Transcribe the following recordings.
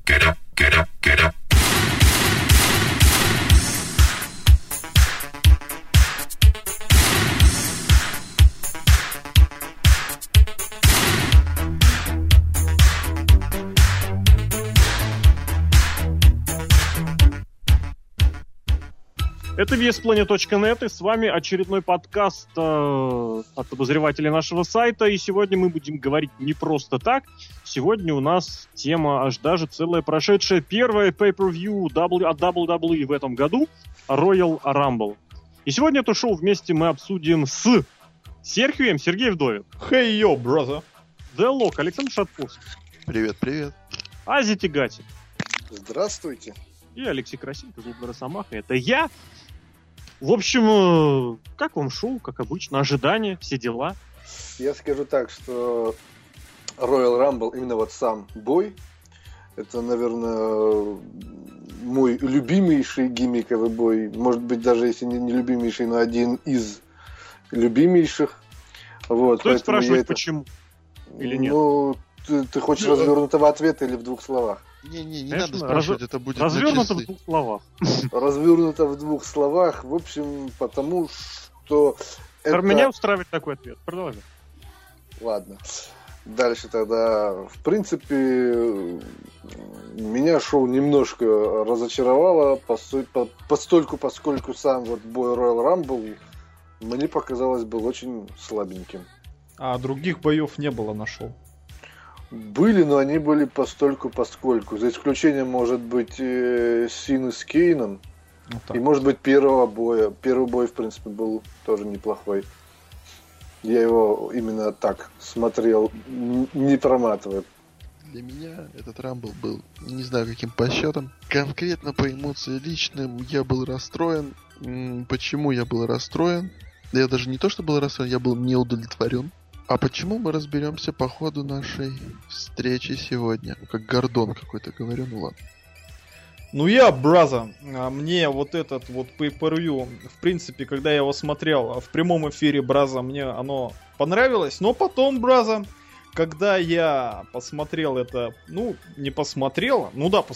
Это VSPlanet.net, и с вами очередной подкаст от обозревателей нашего сайта. И сегодня мы будем говорить не просто так. Сегодня у нас тема аж даже целая прошедшая первая pay-per-view от WWE в этом году — Royal Rumble. И сегодня это шоу вместе мы обсудим с Серхием, Сергей Вдовин. Hey, yo, brother. Делок, Александр Шатковский. Привет, привет. Ази Тигати. Здравствуйте. И Алексей Красильников, Злобный Росомаха. Это я. В общем, как вам шоу, как обычно, ожидания, все дела? Я скажу так, что Royal Rumble, именно вот сам бой, это, наверное, мой любимейший гиммиковый бой. Может быть, даже если не любимейший, но один из любимейших. Вот, стоит спрашивать, почему? Или нет? Ну, ты хочешь развернутого ответа или в двух словах? Не надо спрашивать, это будет развернуто в двух словах. Развернуто в двух словах, в общем, потому что это... Меня устраивает такой ответ. Продолжай. Ладно. Дальше тогда, в принципе, меня шоу немножко разочаровало, поскольку сам вот бой Royal Rumble мне показалось был очень слабеньким. А других боев не было на шоу? Были, но они были поскольку. За исключением, может быть, Сины с Кейном. И, может быть, первого боя. Первый бой, в принципе, был тоже неплохой. Я его именно так смотрел, не проматывая. Для меня этот Рамбл был, не знаю каким по счетам, конкретно по эмоциям личным я был расстроен. Почему я был расстроен? Я даже не то, что был расстроен, я был не удовлетворен. А почему мы разберемся по ходу нашей встречи сегодня? Как Гордон какой-то говорю, ну ладно. Ну я, браза, мне вот этот вот pay-per-view, в принципе, когда я его смотрел в прямом эфире, браза, мне оно понравилось. Но потом, браза, когда я посмотрел это, посмотрел,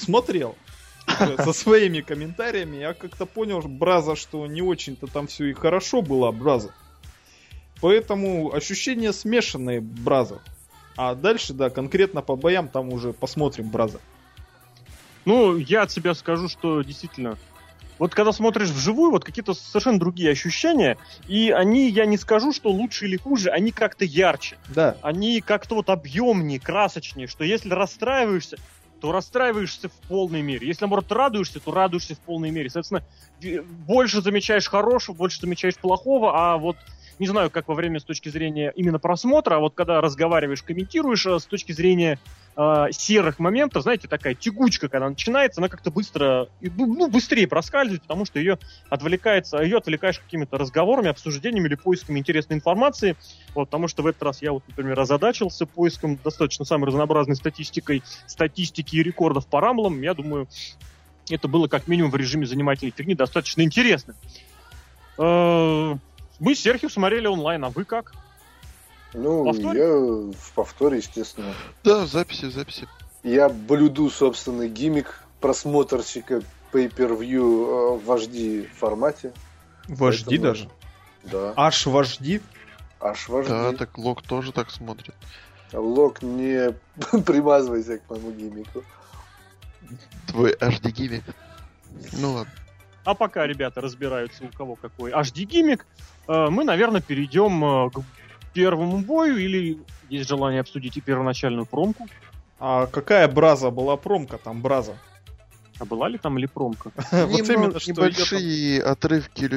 со своими комментариями, я как-то понял, браза, что не очень-то там все и хорошо было, браза. Поэтому ощущения смешанные, браза. А дальше, да, конкретно по боям там уже посмотрим, браза. Ну, я от себя скажу, что действительно, вот когда смотришь вживую, вот какие-то совершенно другие ощущения, и они, я не скажу, что лучше или хуже, они как-то ярче. Да. Они как-то вот объемнее, красочнее, что если расстраиваешься, то расстраиваешься в полной мере. Если, наоборот, радуешься, то радуешься в полной мере. Соответственно, больше замечаешь хорошего, больше замечаешь плохого, а вот не знаю, как во время с точки зрения именно просмотра, а вот когда разговариваешь, комментируешь с точки зрения серых моментов, знаете, такая тягучка, когда начинается, она как-то быстрее проскальзывает, потому что ее отвлекаешь какими-то разговорами, обсуждениями или поисками интересной информации. Вот, потому что в этот раз я, вот, например, озадачился поиском достаточно самой разнообразной статистики и рекордов по рамблам. Я думаю, это было как минимум в режиме занимательной фигни достаточно интересно. Мы с Серхием смотрели онлайн, а вы как? Ну, я в повторе, естественно. Да, в записи. Я блюду собственный гиммик просмотрщика pay-per-view в HD формате. В HD даже? Да. Аж в HD? Аж в HD. Да, так Лок тоже так смотрит. Лок, не примазывайся к моему гиммику. Твой HD гиммик. Ну ладно. А пока ребята разбираются, у кого какой HD-гиммик, мы, наверное, перейдем к первому бою, или есть желание обсудить и первоначальную промку. А какая браза была промка там, браза? А была ли там или промка? Вот именно, что небольшие отрывки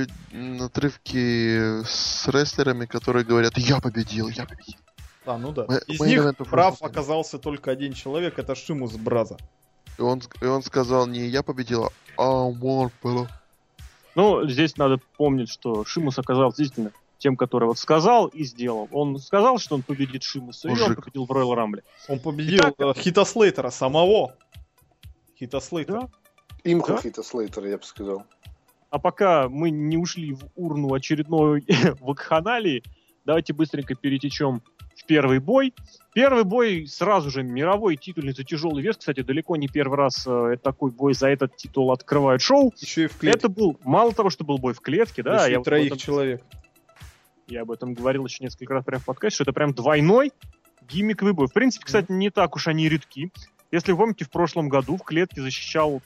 с рестлерами, которые говорят: я победил. А, ну да. Из них прав оказался только один человек, это Шимус браза. И он сказал не я победил, а он был. Ну, здесь надо помнить, что Шимус оказался действительно тем, который вот сказал и сделал. Он сказал, что он победит Шимуса, и он победил в Royal Rumble. Он победил Хита Слейтера самого. Хита Слейтера. Да? Имха Хита Слейтера, я бы сказал. А пока мы не ушли в урну очередной вакханалии, давайте быстренько перетечем в первый бой. Первый бой сразу же мировой титульный за тяжелый вес. Кстати, далеко не первый раз такой бой за этот титул открывает шоу. Еще и в клетке. Это был, мало того, что был бой в клетке, да. Я троих человек. Я об этом говорил еще несколько раз прямо в подкасте, что это прям двойной гиммиковый бой. В принципе, кстати, не так уж они редки. Если вы помните, в прошлом году в клетке защищал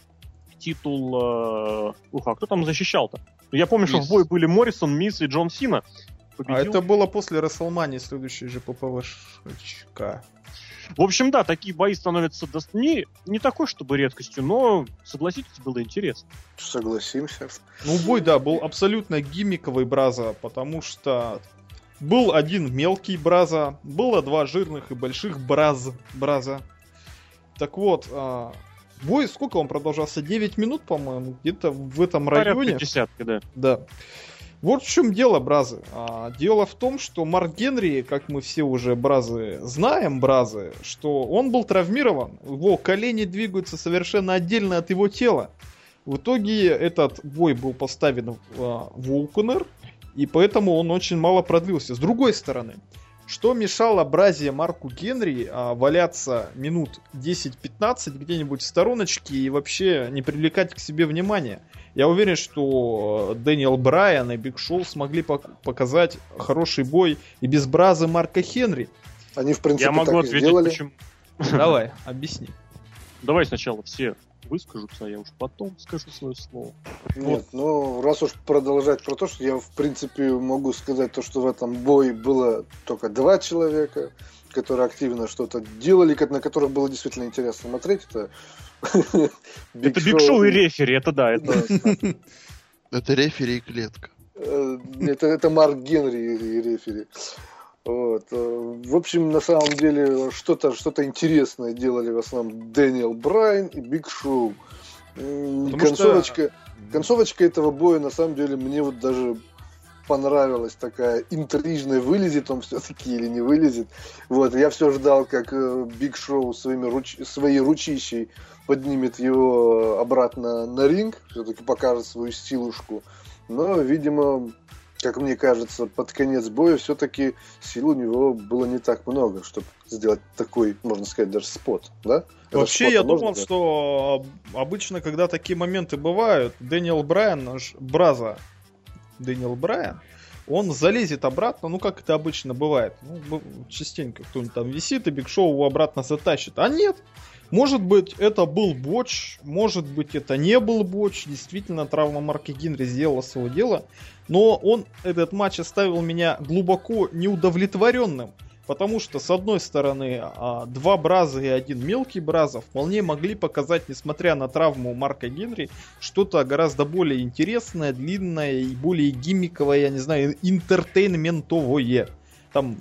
титул... кто там защищал-то? Я помню, что в бой были Моррисон, Мисс и Джон Сина. Победил. А это было после РестлМании, следующей же ППВшка. В общем, да, такие бои становятся не такой, чтобы редкостью, но, согласитесь, было интересно. Согласимся. Ну, бой, да, был абсолютно гиммиковый Браза, потому что был один мелкий Браза, было два жирных и больших Браза. Так вот, бой, сколько он продолжался? 9 минут, по-моему, где-то в этом районе. Порядка десятки, да. Да. Вот в чем дело, Бразы. Дело в том, что Марк Генри, как мы все уже знаем, что он был травмирован, его колени двигаются совершенно отдельно от его тела. В итоге этот бой был поставлен в Оукнер, и поэтому он очень мало продлился. С другой стороны, что мешало Бразе Марку Генри валяться минут 10-15 где-нибудь в стороночке и вообще не привлекать к себе внимания? Я уверен, что Дэниел Брайан и Биг Шоу смогли показать хороший бой и без Браза Марка Генри. Они, в принципе, я могу так ответить, и сделали. Почему. Давай, объясни. Давай сначала все выскажутся, а я уж потом скажу свое слово. Нет, ну, раз уж продолжать про то, что я, в принципе, могу сказать то, что в этом бое было только 2 человека, которые активно что-то делали, на которых было действительно интересно смотреть. Это Биг Шоу и рефери, это да. Это рефери и клетка. Это Марк Генри и рефери. Вот. В общем, на самом деле, что-то интересное делали в основном Дэниел Брайан и Биг Шоу. Концовочка этого боя, на самом деле, мне вот даже понравилась такая интрижная, вылезет он все-таки или не вылезет. Вот. Я все ждал, как Биг Шоу своей ручищей поднимет его обратно на ринг, все-таки покажет свою силушку. Но, видимо, как мне кажется, под конец боя все-таки сил у него было не так много, чтобы сделать такой, можно сказать, даже спот, да? Вообще, я думал, что обычно, когда такие моменты бывают, Дэниел Брайан, наш Браза, Дэниел Брайан, он залезет обратно, ну, как это обычно бывает. Ну, частенько кто-нибудь там висит, и Биг Шоу его обратно затащит. А нет! Может быть, это был боч, может быть, это не был боч. Действительно, травма Марка Генри сделала свое дело. Но этот матч оставил меня глубоко неудовлетворенным. Потому что, с одной стороны, 2 Браза и 1 мелкий Браза вполне могли показать, несмотря на травму Марка Генри, что-то гораздо более интересное, длинное и более гиммиковое, я не знаю, интертейнментовое. Там...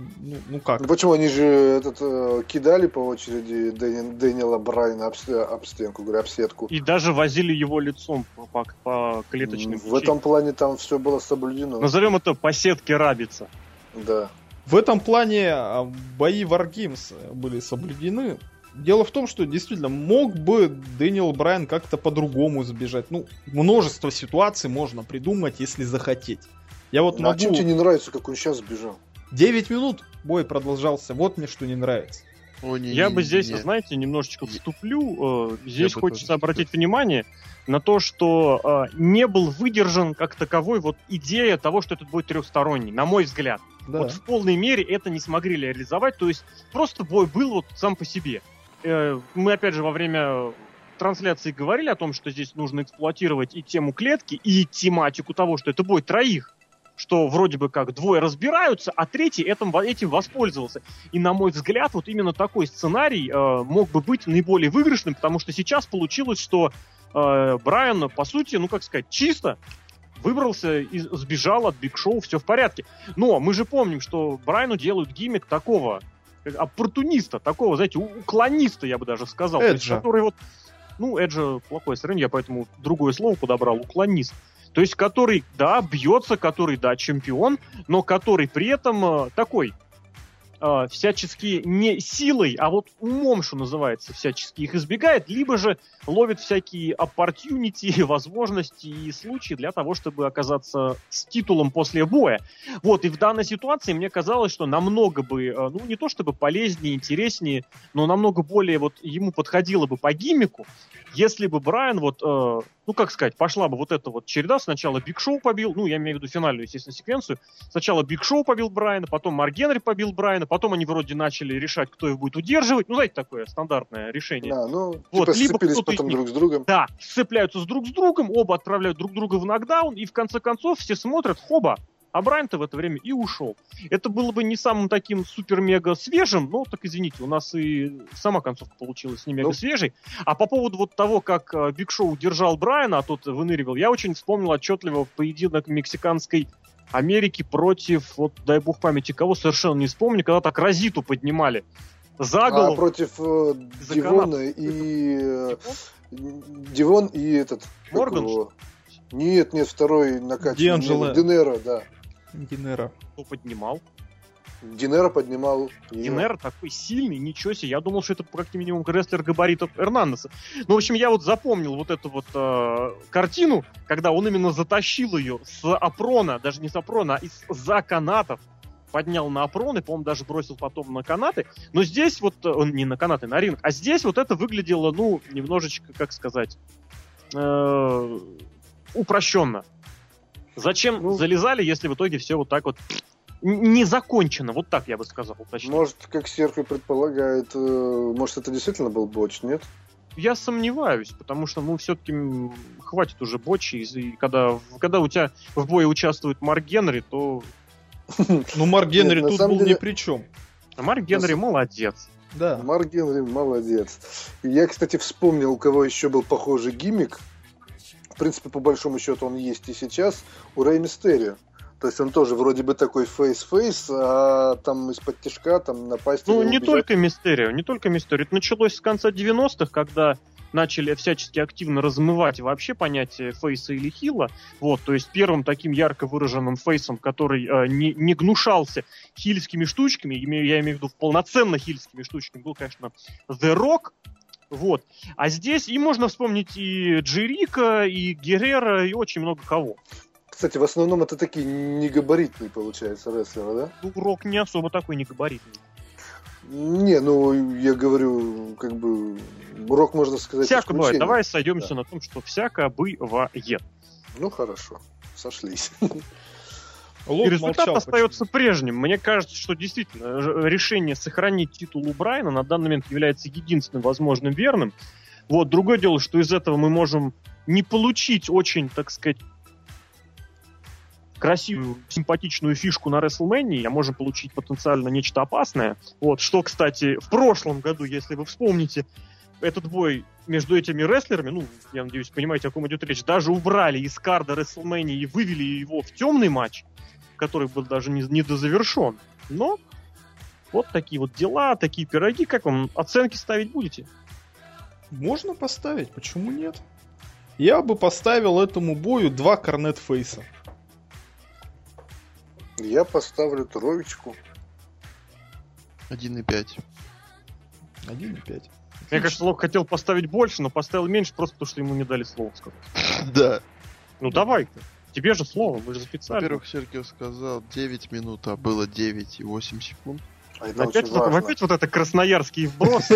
Ну как? Ну почему? Они же кидали по очереди Дэниела Брайана об стенку, говорю, об сетку. И даже возили его лицом по клеточным В этом плане там все было соблюдено. Назовем это по сетке рабица. Да. В этом плане бои Wargames были соблюдены. Дело в том, что действительно мог бы Дэниел Брайан как-то по-другому сбежать. Ну, множество ситуаций можно придумать, если захотеть. Я вот могу... А чем тебе не нравится, как он сейчас сбежал? 9 минут бой продолжался. Вот мне что не нравится. Я бы здесь, знаете, немножечко вступлю. Здесь хочется обратить внимание на то, что не был выдержан как таковой вот идея того, что этот бой трехсторонний, на мой взгляд. Да. Вот в полной мере это не смогли реализовать. То есть просто бой был вот сам по себе. Мы, опять же, во время трансляции говорили о том, что здесь нужно эксплуатировать и тему клетки, и тематику того, что это бой троих. Что вроде бы как 2 разбираются, а 3 этим воспользовался. И, на мой взгляд, вот именно такой сценарий мог бы быть наиболее выигрышным, потому что сейчас получилось, что Брайан, по сути, ну как сказать, чисто выбрался и сбежал от Биг Шоу, все в порядке. Но мы же помним, что Брайану делают гиммик такого оппортуниста, такого, знаете, уклониста, я бы даже сказал. Эджа. То есть, который вот, ну, Эджа плохое сравнение, я поэтому другое слово подобрал, уклонист. То есть, который, да, бьется, который, да, чемпион, но который при этом такой всячески не силой, а вот умом, что называется, всячески их избегает, либо же ловит всякие opportunity, возможности и случаи для того, чтобы оказаться с титулом после боя. Вот, и в данной ситуации мне казалось, что намного бы, ну, не то чтобы полезнее, интереснее, но намного более вот ему подходило бы по гиммику, если бы Брайан вот, ну, как сказать, пошла бы вот эта вот череда, сначала Биг Шоу побил, ну, я имею в виду финальную, естественно, секвенцию, сначала Биг Шоу побил Брайана, потом Марк Генри побил Брайана, потом они вроде начали решать, кто их будет удерживать, ну, знаете, такое стандартное решение. Да, ну, вот, типа сцепились потом друг с другом. Да, сцепляются друг с другом, оба отправляют друг друга в нокдаун, и в конце концов все смотрят, хоба, а Брайан-то в это время и ушел. Это было бы не самым таким супер-мега свежим, но, так извините, у нас и сама концовка получилась не мега свежей. А по поводу вот того, как Биг Шоу держал Брайана, а тот выныривал, я очень вспомнил отчетливо поединок мексиканской Америки против, вот дай бог памяти кого, совершенно не вспомню, когда так Розиту поднимали за голову. Против Дивона и... Дивон и этот... Морган? Нет, второй накачанный. Динеро, да. Динеро. Кто поднимал? Динеро поднимал. Динеро такой сильный, ничего себе. Я думал, что это как минимум рестлер габаритов Эрнандеса. Ну, в общем, я вот запомнил вот эту вот картину, когда он именно затащил ее с апрона, даже не с апрона, а из-за канатов. Поднял на апрон и, по-моему, даже бросил потом на канаты. Но здесь вот, не на канаты, на ринг, а здесь вот это выглядело, ну, немножечко, как сказать, упрощенно. Зачем залезали, если в итоге все вот так вот не закончено? Вот так я бы сказал. Точнее. Может, как Серхио предполагает, может, это действительно был боч, нет? Я сомневаюсь, потому что, ну, все-таки хватит уже бочи. И когда у тебя в бое участвует Марк Генри, то... Ну, Марк Генри тут был ни при чем. А Марк Генри молодец. Да. Марк Генри молодец. Я, кстати, вспомнил, у кого еще был похожий гиммик. В принципе, по большому счету, он есть и сейчас. У Рэй Мистерио. То есть он тоже вроде бы такой фейс-фейс, а там из-под тишка там напасть... Ну, не только Мистерио. Это началось с конца 90-х, когда начали всячески активно размывать вообще понятие фейса или хила. Вот, то есть первым таким ярко выраженным фейсом, который не гнушался хильскими штучками, я имею в виду полноценно хильскими штучками, был, конечно, The Rock. Вот. А здесь и можно вспомнить и Джерика, и Геррера, и очень много кого. Кстати, в основном это такие негабаритные, получается, рестлеры, да? Ну, Рок не особо такой негабаритный. Не, ну, я говорю, как бы, Рок, можно сказать, всяко бывает. Давай сойдемся на том, что всяко бывает. Ну, хорошо. Сошлись. И результат остается прежним. Мне кажется, что действительно решение сохранить титул у Брайана на данный момент является единственным возможным верным. Вот, другое дело, что из этого мы можем не получить очень, так сказать, красивую, симпатичную фишку на WrestleMania, а можем получить потенциально нечто опасное. Вот, что, кстати, в прошлом году, если вы вспомните, этот бой между этими рестлерами, ну, я надеюсь, понимаете, о ком идет речь, даже убрали из карда WrestleMania и вывели его в темный матч, который был даже не дозавершен. Но вот такие вот дела, такие пироги. Как вам оценки ставить будете? Можно поставить, почему нет? Я бы поставил этому бою 2 корнет фейса. Я поставлю 3. 1,5. 1,5. Я, конечно, Лок хотел поставить больше, но поставил меньше, просто потому что ему не дали слово сказать. Да. Ну давай-ка. Тебе же слово, мы же специально. Во-первых, Серхио сказал 9 минут, а было 9 и 8 секунд. Опять вот это красноярский вброс.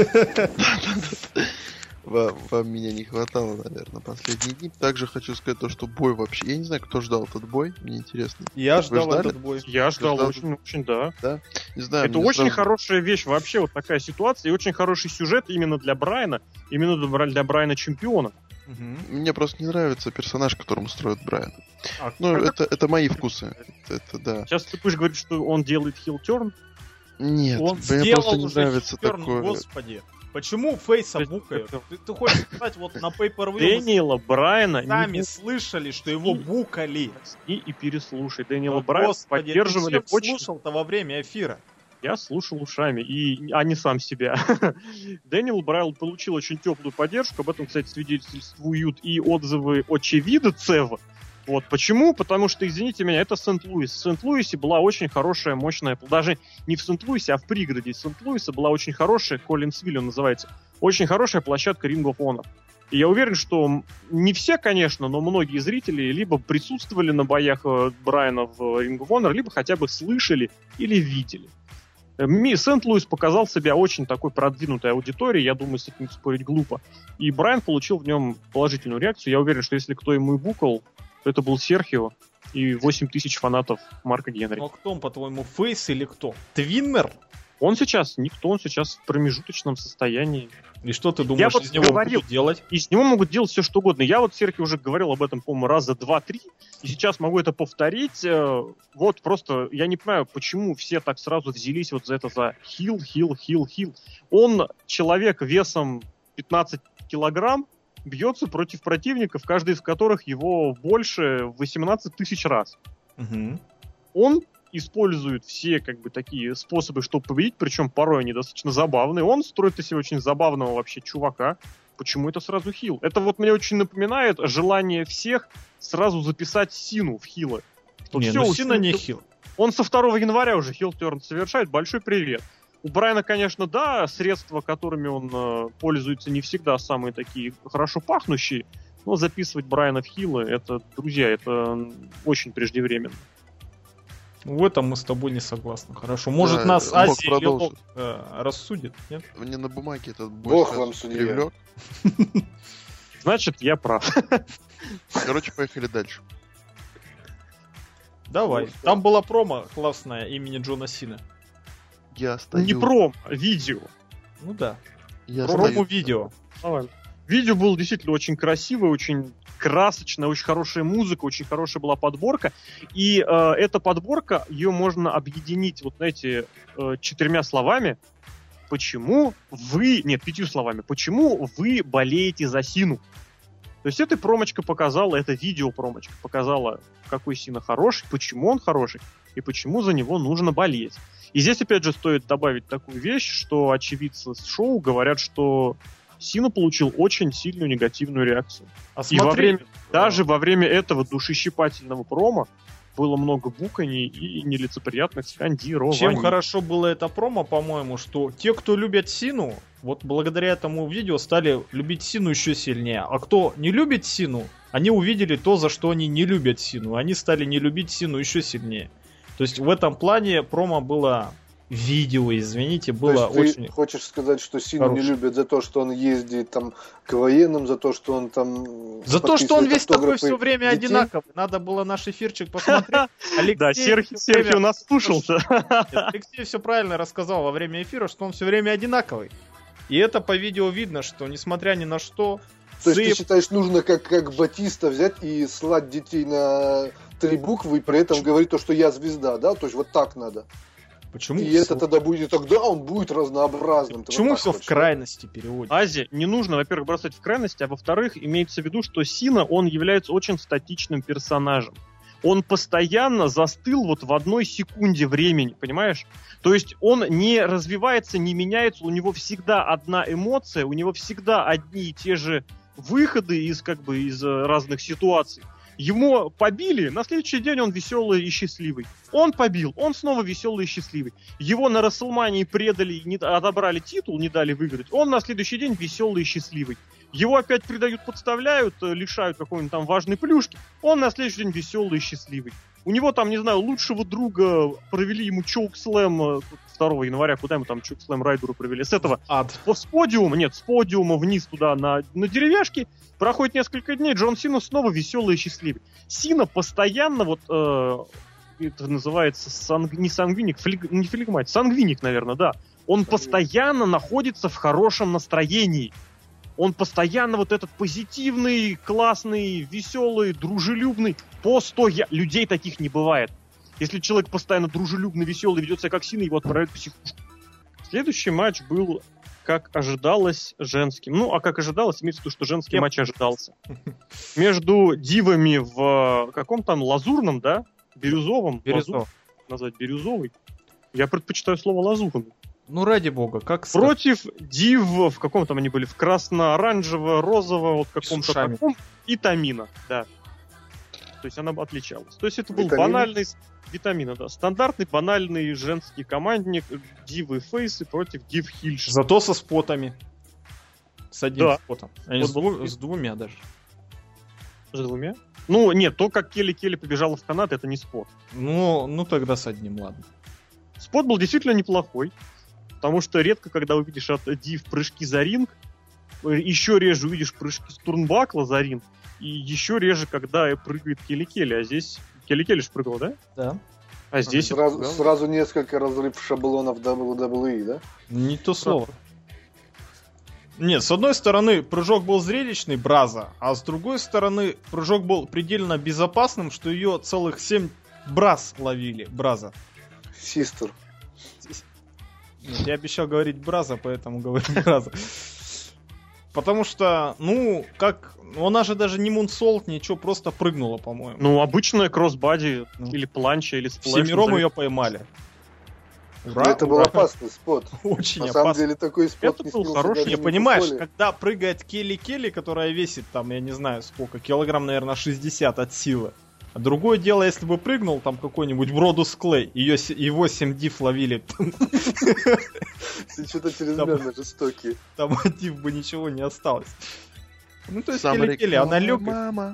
Вам меня не хватало, наверное, последние дни. Также хочу сказать то, что бой вообще... Я не знаю, кто ждал этот бой, мне интересно. Я ждал этот бой. Я ждал, очень, да. Да? Не знаю, это очень хорошая вещь, вообще вот такая ситуация, и очень хороший сюжет именно для Брайана, именно для Брайана чемпиона. Мне просто не нравится персонаж, которым строит Брайан. Это мои вкусы. Это да. Сейчас ты будешь говорить, что он делает хил-терн? Нет, он мне просто не нравится такое. Господи. Почему фейса букают? Ты хочешь сказать, вот на Pay-Per-View Дэниела Брайана сами слышали, что его букали. И переслушай. Дэниела Брайана поддерживали ты слушал-то во время эфира? Я слушал ушами, а не сам себя. Дэниел Брайан получил очень теплую поддержку. Об этом, кстати, свидетельствуют и отзывы очевидцев. Вот почему? Потому что, извините меня, это Сент-Луис. В Сент-Луисе была очень хорошая, мощная, даже не в Сент-Луисе, а в пригороде Сент-Луиса была очень хорошая, Коллинсвилл называется, очень хорошая площадка Ring of Honor. И я уверен, что не все, конечно, но многие зрители либо присутствовали на боях Брайана в Ring of Honor, либо хотя бы слышали или видели. Сент-Луис показал себя очень такой продвинутой аудиторией, я думаю, с этим спорить глупо. И Брайан получил в нем положительную реакцию. Я уверен, что если кто ему и букал, то это был Серхио и 8000 фанатов Марка Генри. Ну а кто он, по-твоему, фейс или кто? Твиннер? Он сейчас никто, он сейчас в промежуточном состоянии. И что ты думаешь, из него будут делать? Из него могут делать все, что угодно. Я вот Серхио уже говорил об этом, по-моему, раза 2-3, и сейчас могу это повторить. Вот просто я не понимаю, почему все так сразу взялись вот за это, за хил. Он человек весом 15 килограмм, бьется против противников, каждый из которых его больше 18 тысяч раз. Угу. Он использует все как бы такие способы, чтобы победить, причем порой они достаточно забавные. Он строит из себя очень забавного вообще чувака. Почему это сразу хил? Это вот мне очень напоминает желание всех сразу записать Сину в хилы. Не, ну Сина не хил. Он со 2 января уже хил-терн совершает. Большой привет. У Брайана, конечно, да, средства, которыми он пользуется, не всегда самые такие хорошо пахнущие, но записывать Брайана в хилы, это, друзья, это очень преждевременно. В этом мы с тобой не согласны. Хорошо. Может, нас Азия или Лок рассудит, нет? Мне на бумаге этот Бог вам судья. Значит, я прав. Короче, поехали дальше. Давай. Там была промо классная имени Джона Сина. Я стою. Не промо, а видео. Ну да. Промо-видео. Видео было действительно очень красивое, очень красочная, очень хорошая музыка, очень хорошая была подборка. И эта подборка, ее можно объединить, вот знаете, 4 словами. Почему вы... Нет, 5 словами. Почему вы болеете за Сину? То есть эта промочка показала, эта видео-промочка показала, какой Сина хороший, почему он хороший, и почему за него нужно болеть. И здесь, опять же, стоит добавить такую вещь, что очевидцы с шоу говорят, что Сина получил очень сильную негативную реакцию. И даже во время этого душещипательного промо было много буканий и нелицеприятных скандирований. Чем хорошо было это промо, по-моему, что те, кто любят Сину, вот благодаря этому видео стали любить Сину еще сильнее. А кто не любит Сину, они увидели то, за что они не любят Сину. Они стали не любить Сину еще сильнее. То есть в этом плане промо было... Видео, извините, было очень... Ты хочешь сказать, что Сину не любят за то, что он ездит там к военным, за то, что он там... За то, что он весь такой все время одинаковый. Надо было наш эфирчик посмотреть. Да, Серхио нас слушался. Алексей все правильно рассказал во время эфира, что он все время одинаковый. И это по видео видно, что несмотря ни на что... То есть ты считаешь, нужно как Батиста взять и слать детей на 3 буквы и при этом говорить то, что я звезда, да? То есть вот так надо. Почему? И это тогда будет, тогда он будет разнообразным. Почему все в крайности переводится? Ази, не нужно, во-первых, бросать в крайности, а во-вторых, имеется в виду, что Сина, он является очень статичным персонажем. Он постоянно застыл вот в 1 секунде времени, понимаешь? То есть он не развивается, не меняется, у него всегда одна эмоция, у него всегда одни и те же выходы из разных ситуаций. Ему побили, на следующий день он веселый и счастливый. Он побил, он снова веселый и счастливый. Его на Расселмании предали, отобрали титул, не дали выиграть. Он на следующий день веселый и счастливый. Его опять предают, подставляют, лишают какой-нибудь там важной плюшки. Он на следующий день веселый и счастливый. У него там, не знаю, лучшего друга провели ему чоукслэм 2 января. Куда ему там чоукслэм Райдеру провели? С этого с подиума вниз туда на деревяшке. Проходит несколько дней, Джон Сина снова веселый и счастливый. Сина постоянно это называется не сангвиник, не флегматик, сангвиник, наверное, да. Он постоянно находится в хорошем настроении. Он постоянно вот этот позитивный, классный, веселый, дружелюбный. Людей таких не бывает. Если человек постоянно дружелюбный, веселый, ведет себя как Сина, его отправляют в психушку. Следующий матч был, как ожидалось, женским. Ну, а как ожидалось, имеется в виду, что женский матч ожидался. Между дивами в каком там лазурном, да? Бирюзовом. Назвать бирюзовый. Я предпочитаю слово лазурный. Ну, ради бога, как против див, в каком там они были, в красно-оранжево, розово, вот каком-то таком, и Тамина, да. То есть она бы отличалась. То есть это был Витамины? банальный... Витамина, да. Стандартный, банальный женский командник Дивы Фейсы против Див Хильш. Зато со спотами. С одним Да. спотом. А не с двумя даже. С двумя? Ну, нет, то, как Келли побежала в канат, это не спот. Ну тогда с одним, ладно. Спот был действительно неплохой. Потому что редко, когда увидишь от Див прыжки за ринг, еще реже увидишь прыжки с турнбакла за ринг, и еще реже, когда прыгает Келли. А здесь... Келли же прыгал, да? Да. А здесь... Сразу несколько разрыв шаблонов WWE, да? Не то слово. Нет, с одной стороны, прыжок был зрелищный, Браза, а с другой стороны, прыжок был предельно безопасным, что ее целых 7 браз ловили, Браза. Систер. Нет, я обещал говорить Браза, поэтому говорю Браза. Потому что, она же даже не мунсолт, ничего, просто прыгнула, по-моему. Ну, обычная кроссбади, или планча, или сплэш. Всемиром ее поймали. Ура, это был опасный спот. Очень На опасный. самом деле такой спот Это не был снился хороший. даже Не, на понимаешь, футболе. когда прыгает Келли, которая весит там, я не знаю сколько, килограмм, наверное, 60 от силы. А другое дело, если бы прыгнул там какой-нибудь Бродус Клей, его 7 див ловили. Ты что-то чрезмерно жестокий. Там от див бы ничего не осталось. Ну, то есть Келли, она легкая. Мама.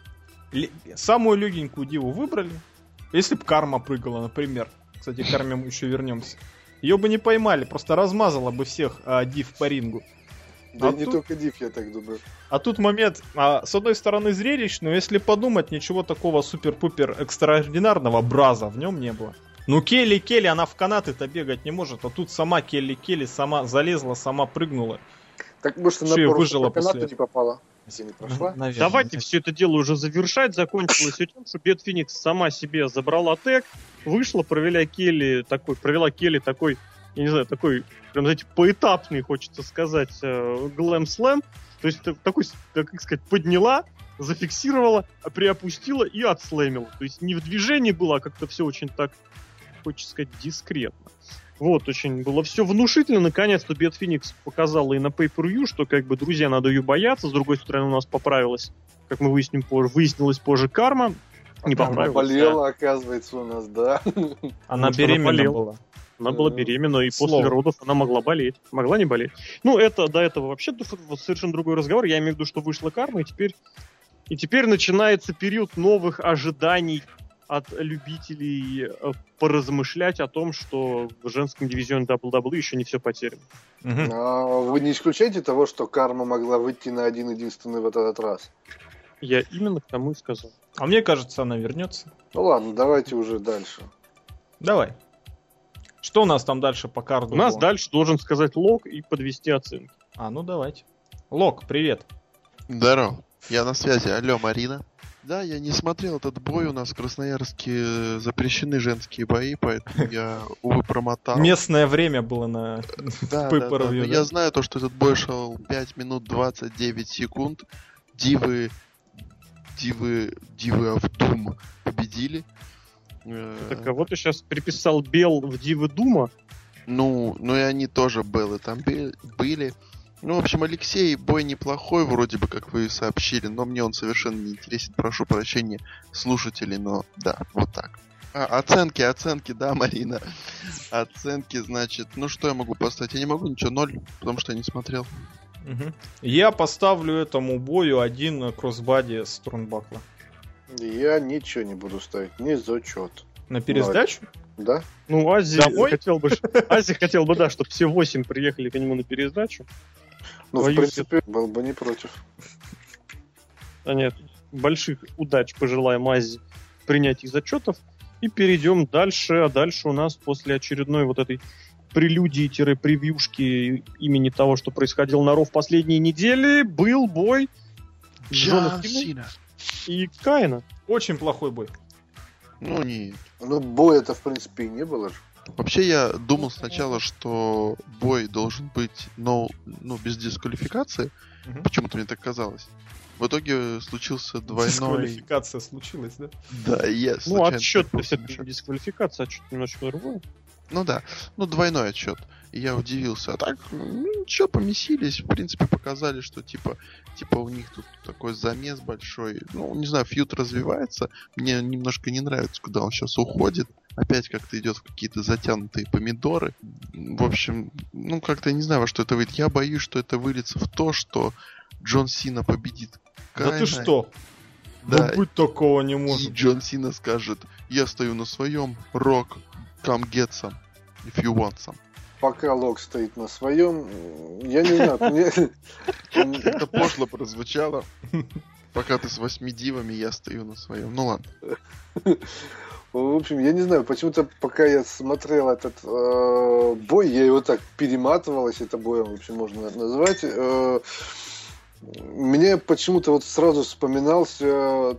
Самую легенькую диву выбрали. Если бы Карма прыгала, например. Кстати, к Карме мы еще вернемся. Ее бы не поймали, просто размазала бы всех див по рингу. Да А не тут- только див, я так думаю. А тут момент, с одной стороны, зрелищный, но если подумать, ничего такого супер-пупер экстраординарного Браза в нем не было. Ну, Келли, она в канаты-то бегать не может, а тут сама Келли сама залезла, сама прыгнула. Так может Что, и на выжила по канату после не попала? Если не прошла? Наверное. Давайте все это дело уже завершать. Закончилось все тем, что Бет Феникс сама себе забрала тег, вышла, провела Келли такой, я не знаю, такой, прям, знаете, поэтапный, хочется сказать, глэм-слэм. То есть такой, как сказать, подняла, зафиксировала, приопустила и отслэмила. То есть не в движении было, а как-то все очень так, хочется сказать, дискретно. Вот, очень было все внушительно. Наконец-то Бет Феникс показала и на Pay-Per-View, что, как бы, друзья, надо ее бояться. С другой стороны, у нас поправилась, как мы выяснилось позже, Карма. Не Она поправилась. болела, оказывается, у нас, да. Она Потому что она беременна болела. была. Она была беременна, и Слово. после родов она могла болеть. Могла не болеть. Ну, это до этого вообще совершенно другой разговор. Я имею в виду, что вышла Карма, и теперь начинается период новых ожиданий от любителей поразмышлять о том, что в женском дивизионе WWE еще не все потеряно. Мгм. А вы не исключаете того, что Карма могла выйти на один-единственный в этот раз? Я именно к тому и сказал. А мне кажется, она вернется. Ну ладно, давайте уже дальше. Давай. Что у нас там дальше по карду? У нас было? дальше должен сказать лог и подвести оценки. Ну давайте. Лок, привет. Здорово. Я на связи. Алло, Марина. Да, я не смотрел этот бой. У нас в Красноярске запрещены женские бои, поэтому я, увы, промотал. Местное время было на Да, Pay-Per-View, но да? я знаю то, что этот бой шел 5 минут 29 секунд. Дивы of Doom победили. Так, а вот ты сейчас приписал Бел в Дивы Дума. Ну и они тоже были там были. Ну, в общем, Алексей, бой неплохой, вроде бы, как вы сообщили, но мне он совершенно не интересен. Прошу прощения, слушателей, но да, вот так. Оценки, да, Марина. Оценки, значит, ну что я могу поставить? Я не могу ничего, 0, потому что я не смотрел. Мгм. Я поставлю этому бою 1 кроссбади с Турнбакла. Я ничего не буду ставить, ни зачет. На пересдачу? Да? Ну, Ази Домой? хотел бы, да, чтобы все 8 приехали к нему на пересдачу. Ну, в Боюсь, принципе, был бы не против. А нет, больших удач пожелаем Ази в принятии зачетов. И перейдем дальше. А дальше у нас после очередной вот этой прелюдии-превьюшки имени того, что происходило на Ро в последние недели, был бой Джона Сины и Каина. Очень плохой бой. Ну, не. Ну, боя-то, в принципе, и не было же. Вообще, я думал сначала, что бой должен быть, без дисквалификации. Мгм. Почему-то мне так казалось. В итоге случился двойной... Дисквалификация случилась, да? Да, я Ну, случайно отсчет так все-таки помешал. дисквалификация, отсчет немножечко другой. Ну да, двойной отчет. И я удивился. А так, ничего, помесились. В принципе, показали, что типа у них тут такой замес большой. Ну, не знаю, фьюд развивается. Мне немножко не нравится, куда он сейчас уходит. Опять как-то идет в какие-то затянутые помидоры. В общем, как-то не знаю, во что это выйдет. Я боюсь, что это выльется в то, что Джон Сина победит Кайна. Да ты что? Да, быть такого не может. И Джон Сина скажет: я стою на своем, Рок, come get some, if you want some. Пока Лок стоит на своем, я не знаю, это пошло прозвучало. Пока ты с 8 дивами, я стою на своем. Ну ладно. В общем, я не знаю, почему-то пока я смотрел этот бой, я его так перематывал, если это боем вообще можно назвать. Мне почему-то вот сразу вспоминался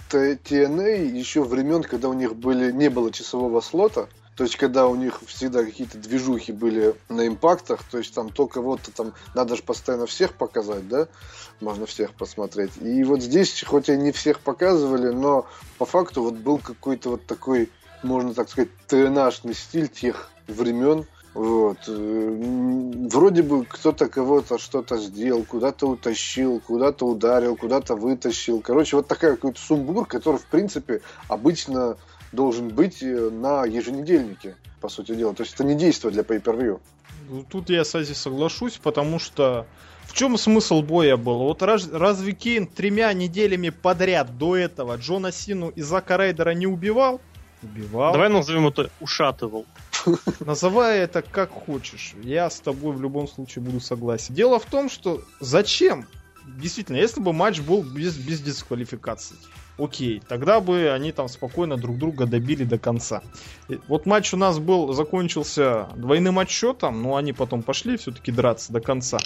TNA еще времен, когда у них не было часового слота. То есть, когда у них всегда какие-то движухи были на импактах, то есть там то кого-то там надо же постоянно всех показать, да? Можно всех посмотреть. И вот здесь, хоть и не всех показывали, но по факту вот был какой-то вот такой, можно так сказать, ТНАшный стиль тех времен. Вот. Вроде бы кто-то кого-то что-то сделал, куда-то утащил, куда-то ударил, куда-то вытащил. Короче, вот такая какой-то сумбур, который, в принципе, обычно должен быть на еженедельнике, по сути дела. То есть это не действие для pay-per-view. Тут я, кстати, соглашусь, потому что в чем смысл боя был? Вот разве Кейн 3 неделями подряд до этого Джона Сину и Зака Райдера не убивал? Убивал. Давай назовем это ушатывал. Называй это как хочешь. Я с тобой в любом случае буду согласен. Дело в том, что зачем? Действительно, если бы матч был без дисквалификации, окей, тогда бы они там спокойно друг друга добили до конца. Вот матч у нас закончился двойным отсчетом, но они потом пошли все-таки драться до конца.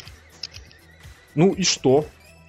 Ну и что?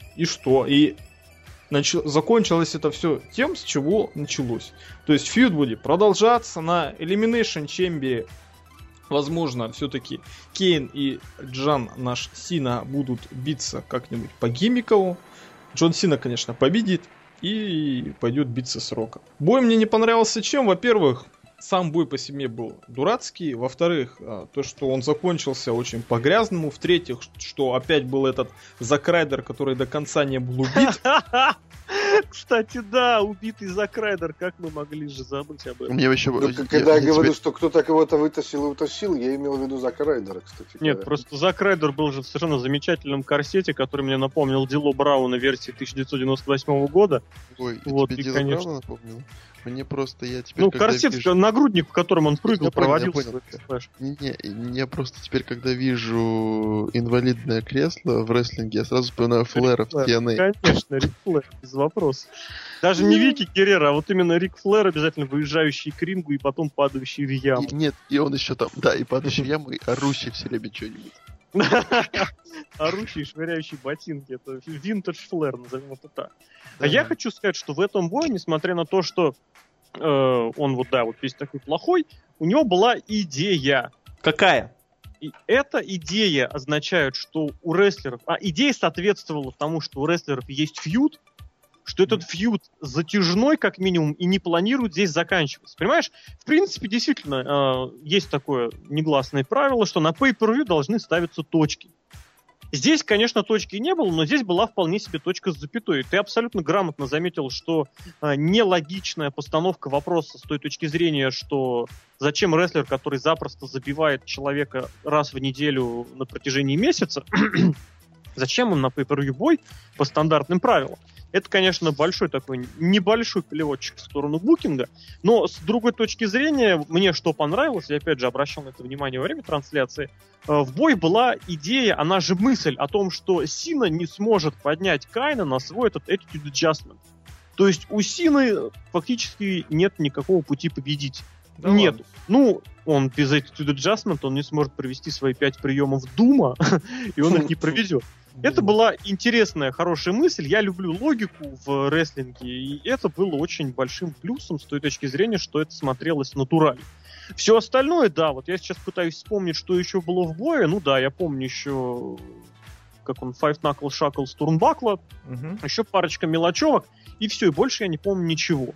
И закончилось это все тем, с чего началось. То есть фьюд будет продолжаться на Elimination Chamber. Возможно, все-таки Кейн и Джон наш Сина будут биться как-нибудь по гиммикову. Джон Сина, конечно, победит и пойдет биться с Роком. Бой мне не понравился чем? Во-первых, сам бой по себе был дурацкий. Во-вторых, то, что он закончился очень по-грязному. В-третьих, что опять был этот Зак Райдер, который до конца не был убит. Кстати, да, убитый Зак Райдер, как мы могли же забыть об этом. Мне еще... Когда я говорю, что кто-то кого-то вытащил и утащил, я имел в виду Зака Райдера, кстати. Нет, просто Зак Райдер был же в совершенно замечательном корсете, который мне напомнил Дило Брауна версии 1998 года. Ой, вот, тебе Дило Брауна напомнил? Мне просто, я теперь... корсет, нагрудник, в котором он прыгал, проводил свой флэш. Я просто теперь, когда вижу инвалидное кресло в рестлинге, я сразу вспоминаю Флэра в TNA. Конечно, Рик Флэр, без вопросов. Даже не Вики Геррера, а вот именно Рик Флэр, обязательно выезжающий к рингу и потом падающий в яму. Нет, и он еще там, да, и падающий в яму, и орущий все время что-нибудь. Орущий, швыряющий ботинки. Это винтедж Флэр, назовем это так. А я хочу сказать, что в этом бою, несмотря на то, что он вот весь такой плохой, у него была идея. Какая? И эта идея означает, что у рестлеров... идея соответствовала тому, что у рестлеров есть фьюд, что этот фьюд затяжной, как минимум, и не планирует здесь заканчиваться. Понимаешь? В принципе, действительно, есть такое негласное правило, что на pay-per-view должны ставиться точки. Здесь, конечно, точки не было, но здесь была вполне себе точка с запятой. Ты абсолютно грамотно заметил, что нелогичная постановка вопроса с той точки зрения, что зачем рестлер, который запросто забивает человека раз в неделю на протяжении месяца, зачем он на pay-per-view бой по стандартным правилам? Это, конечно, большой такой небольшой плевочек в сторону букинга, но с другой точки зрения, мне что понравилось, я опять же обращал на это внимание во время трансляции, в бой была идея, она же мысль о том, что Сина не сможет поднять Кайна на свой этот attitude adjustment. То есть у Сины фактически нет никакого пути победить. Да нет. Он без attitude adjustment, он не сможет провести свои 5 приемов Дума, и он их не проведет. Это была интересная, хорошая мысль. Я люблю логику в рестлинге, и это было очень большим плюсом с той точки зрения, что это смотрелось натурально. Все остальное, да, вот я сейчас пытаюсь вспомнить, что еще было в бое. Ну да, я помню еще, как он, Five Knuckle Shackle с Турнбакла, еще парочка мелочевок, и все, и больше я не помню ничего.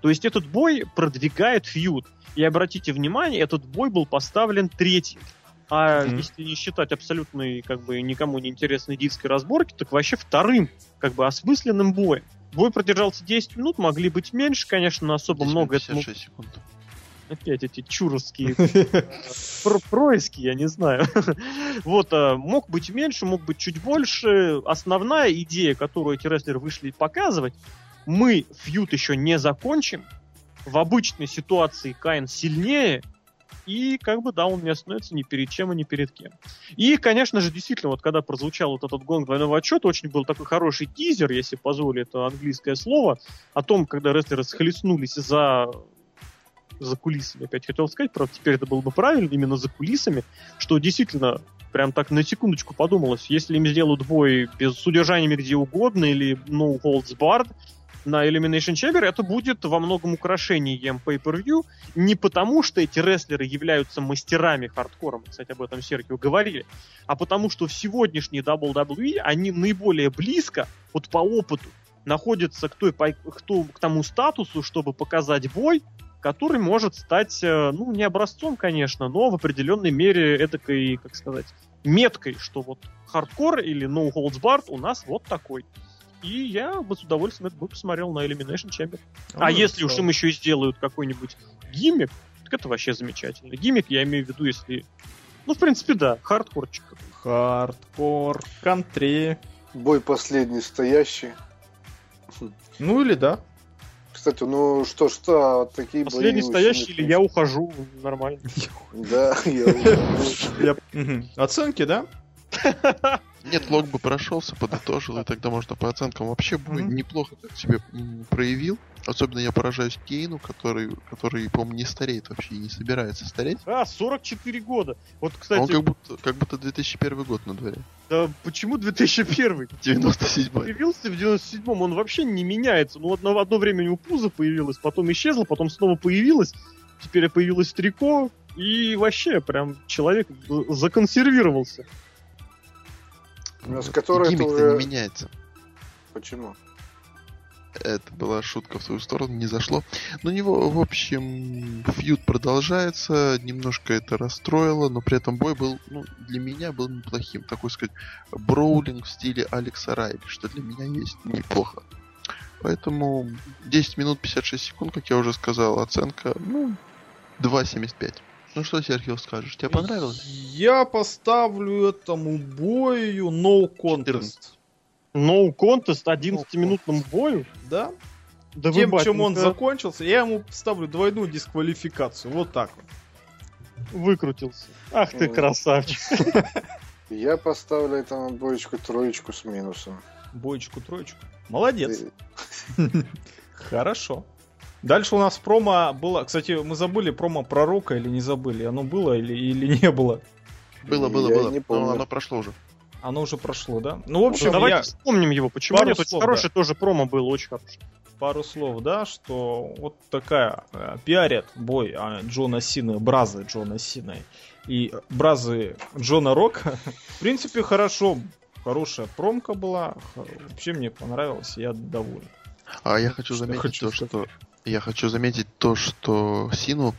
То есть этот бой продвигает фьюд. И обратите внимание, этот бой был поставлен третьим. А если не считать абсолютной, как бы, никому не интересной дикской разборки, так вообще вторым, как бы, осмысленным боем. Бой продержался 10 минут, могли быть меньше, конечно, но особо много... 56 секунд. Опять эти чуровские происки, я не знаю. Вот, мог быть меньше, мог быть чуть больше. Основная идея, которую эти рестлеры вышли показывать, мы фьюд еще не закончим. В обычной ситуации Каин сильнее, и как бы, да, он не остановится ни перед чем и ни перед кем. И, конечно же, действительно, вот когда прозвучал вот этот гонг двойного отчета, очень был такой хороший тизер, если позволю это английское слово, о том, когда рестлеры схлестнулись за кулисами, опять хотел сказать, правда, теперь это было бы правильно, именно за кулисами, что действительно, прям так на секундочку подумалось, если им сделают бой с удержаниями где угодно, или no holds barred на Elimination Chamber, это будет во многом украшением pay-per-view, не потому, что эти рестлеры являются мастерами хардкора, мы, кстати, об этом Серхио говорили, а потому, что в сегодняшней WWE они наиболее близко, вот по опыту, находятся к тому статусу, чтобы показать бой, который может стать, ну, не образцом, конечно, но в определенной мере эдакой, как сказать, меткой, что вот хардкор или no holds barred у нас вот такой. И я бы с удовольствием это бы посмотрел на Elimination Chamber. А если уж им еще и сделают какой-нибудь гиммик, так это вообще замечательно. Гиммик я имею в виду, если... Ну, в принципе, да, хардкорчик. Хардкор, кантри. Бой последний стоящий. Ну или да. Кстати, ну что, такие последний бои... Последний стоящий или я ухожу, нормально. Да, я ухожу. Оценки, да? Нет, лог бы прошелся, подытожил, и тогда можно по оценкам. Вообще бой неплохо так себе проявил. Особенно я поражаюсь Кейну, который, по-моему, не стареет вообще и не собирается стареть. 44 года. Вот, кстати... Он как будто 2001 год на дворе. Да почему 2001? 97-й. Появился в 97-м, он вообще не меняется. Ну, одно время у него пузо появилось, потом исчезло, потом снова появилось. Теперь появилось трико, и вообще прям человек законсервировался. С которой гиммик-то уже... не меняется. Почему? Это была шутка в свою сторону, не зашло. Но у него, в общем, фьюд продолжается, немножко это расстроило, но при этом бой был, ну, для меня был неплохим. Такой, сказать, броулинг в стиле Алекса Райли, что для меня есть неплохо. Поэтому 10 минут 56 секунд, как я уже сказал, оценка, ну, 2.75. Ну что, Серхио, скажешь? Тебе понравилось? Я поставлю этому бою no contest. No contest 11-минутному бою? Да. Да тем, чем он закончился, я ему ставлю двойную дисквалификацию. Вот так вот. Выкрутился. Ах ты красавчик. Я поставлю этому боечку 3 с минусом. Боечку-3? Молодец. Хорошо. Дальше у нас промо было... Кстати, мы забыли промо про Рока или не забыли? Оно было или не было? Было. Но оно прошло уже. Оно уже прошло, да? Ну, в общем, давайте вспомним его. Почему нет? Очень хороший тоже промо было, очень хороший. Пару слов, да, что вот такая пиарят бой Джона Сины, бразы Джона Сины и бразы Джона Рока. В принципе, хорошо. Хорошая промка была. Вообще мне понравилось, я доволен. А я хочу заметить то, что Сину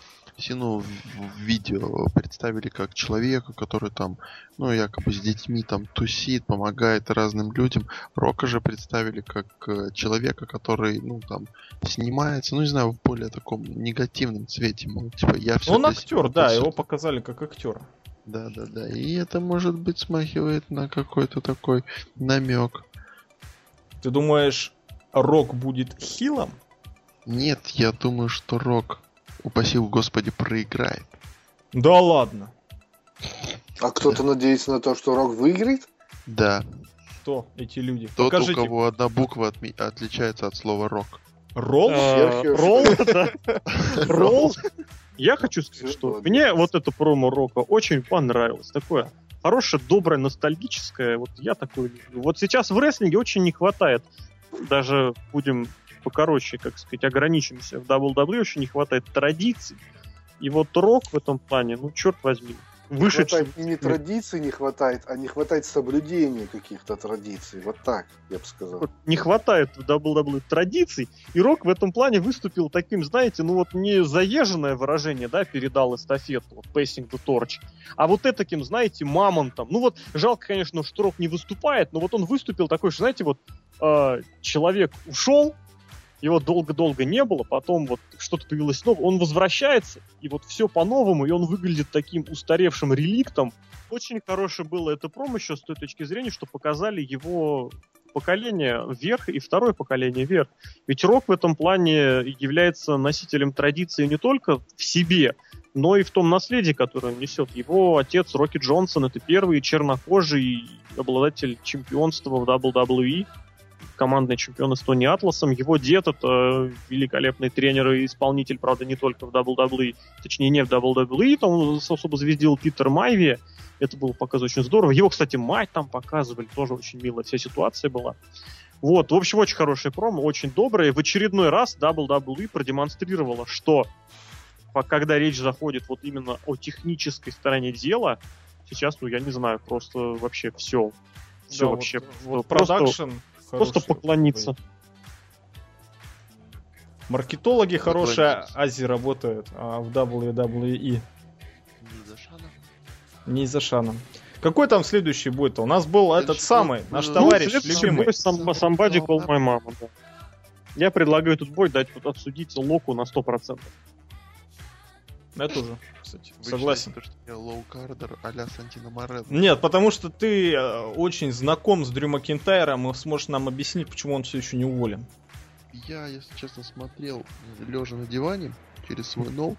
в видео представили как человека, который там, ну, якобы с детьми там тусит, помогает разным людям. Рока же представили как человека, который, ну, там, снимается, ну, не знаю, в более таком негативном цвете. Мол, типа, я все. Он актер, да, его показали как актера. Да. И это, может быть, смахивает на какой-то такой намек. Ты думаешь, Рок будет хилом? Нет, я думаю, что Рок, упаси Господи, проиграет. Да ладно. А кто-то надеется на то, что Рок выиграет? Да. Кто эти люди? Тот, покажите. У кого одна буква отличается от слова Рок. Ролл? Ролл? Я хочу сказать, что мне вот это промо Рока очень понравилось. Такое хорошее, доброе, ностальгическое. Вот я такой люблю. Вот сейчас в рестлинге очень не хватает. Даже будем покороче, как сказать, ограничимся. В WWE очень не хватает традиций. И вот Рок в этом плане, ну, черт возьми. Вышедший. Не традиций не хватает, а не хватает соблюдения каких-то традиций. Вот так, я бы сказал. Не хватает в WWE традиций, и Рок в этом плане выступил таким, знаете, ну вот не заезженное выражение, да, передал эстафету, вот, passing the torch, а вот этаким, знаете, мамонтом. Ну вот, жалко, конечно, что Рок не выступает, но вот он выступил такой, что, знаете, вот человек ушел, его долго-долго не было, потом вот что-то появилось новое, он возвращается, и вот все по-новому, и он выглядит таким устаревшим реликтом. Очень хорошее было это промо еще с той точки зрения, что показали его поколение вверх и второе поколение вверх. Ведь Рок в этом плане является носителем традиции не только в себе, но и в том наследии, которое он несет. Его отец Рокки Джонсон — это первый чернокожий обладатель чемпионства в WWE, командный чемпион с Тони Атласом. Его дед — это великолепный тренер и исполнитель, правда, не только в WWE, точнее, не в WWE, там он особо звездил Питер Майви. Это было показано очень здорово. Его, кстати, мать там показывали, тоже очень милая вся ситуация была. Вот, в общем, очень хорошее промо, очень доброе. В очередной раз WWE продемонстрировала, что когда речь заходит вот именно о технической стороне дела, сейчас, ну, я не знаю, просто вообще все. Все да, вообще. Вот продакшн. Просто поклониться. Маркетологи хорошие Ази работают, а в WWE не из-за шана. Какой там следующий бой-то? У нас был этот самый, наш товарищ любимый. Somebody Call My Mama. Да. Я предлагаю этот бой дать вот обсудить Локу на 100%. Я тоже, кстати, согласен. Считаете, что я лоу-кардер а-ля Сантино Морено? Нет, потому что ты очень знаком с Дрю Макинтайром и сможешь нам объяснить, почему он все еще не уволен. Я, если честно, смотрел лежа на диване через свой ноут.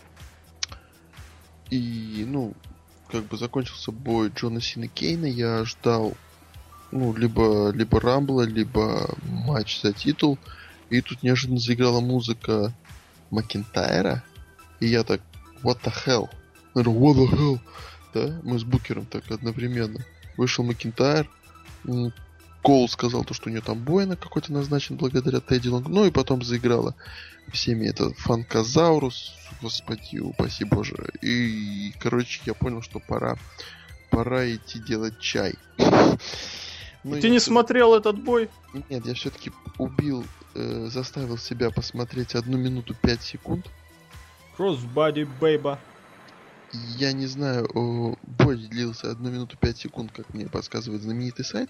И, ну, как бы закончился бой Джона Сины Кейна. Я ждал, ну, либо Рамбла, либо матч за титул. И тут неожиданно заиграла музыка Макинтайра. И я так, what the hell? What the hell? Да, мы с Букером так одновременно. Вышел Макинтайр. Коул сказал, что у нее там бой на какой-то назначен благодаря Тедди Лонгу. Ну и потом заиграла всеми это Фанказаурус. Господи, упаси боже. И, короче, я понял, что пора идти делать чай. Ты не смотрел этот бой? Нет, я все-таки заставил себя посмотреть 1 минуту 5 секунд. Crossbody, бейба. Я не знаю, бой длился 1 минуту 5 секунд, как мне подсказывает знаменитый сайт.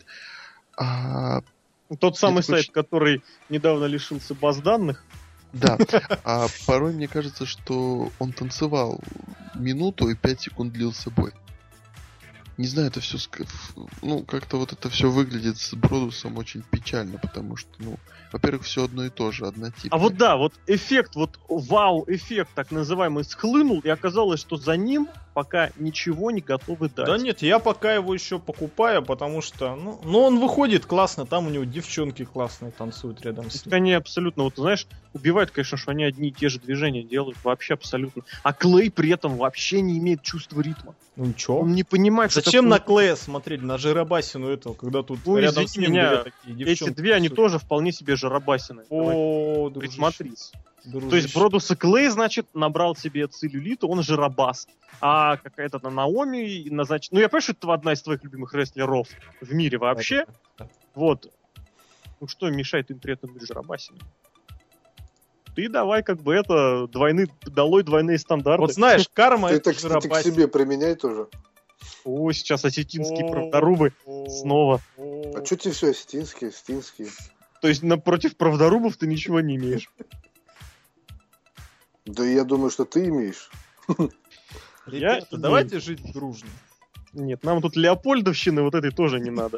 Тот самый сайт, который недавно лишился баз данных. Да, а порой мне кажется, что он танцевал минуту и 5 секунд длился бой. Не знаю, это все, ну, как-то вот это все выглядит с Бродусом очень печально, потому что, ну, во-первых, все одно и то же, однотипно. А вот да, вот эффект, вот вау-эффект, так называемый, схлынул, и оказалось, что за ним пока ничего не готовы дать. Да нет, я пока его еще покупаю, потому что, ну он выходит классно, там у него девчонки классные танцуют рядом с ним. Они абсолютно, вот знаешь, убивают, конечно, что они одни и те же движения делают, вообще абсолютно. А Клей при этом вообще не имеет чувства ритма. Ну ничего. Он не понимает, зачем на Клея смотреть, на Жиробасину этого, когда тут рядом с ним меня, такие девчонки. Эти две, они тоже вполне себе Жиробасины. О, присмотрись. То есть Бродус и Клей, значит, набрал себе целлюлит, он Жиробас. А какая-то Наоми, значит... Ну, я понимаю, что это одна из твоих любимых рестлеров в мире вообще. Вот. Ну, что мешает им при этом быть Жиробасиной? Ты давай как бы это, долой двойные стандарты. Вот знаешь, карма это Жиробасина. Ты к себе применяй тоже. О, сейчас осетинские правдорубы снова. А что тебе все осетинские? То есть напротив правдорубов ты ничего не имеешь? Да я думаю, что ты имеешь. Ребята, давайте жить дружно. Нет, нам тут Леопольдовщины вот этой тоже не надо.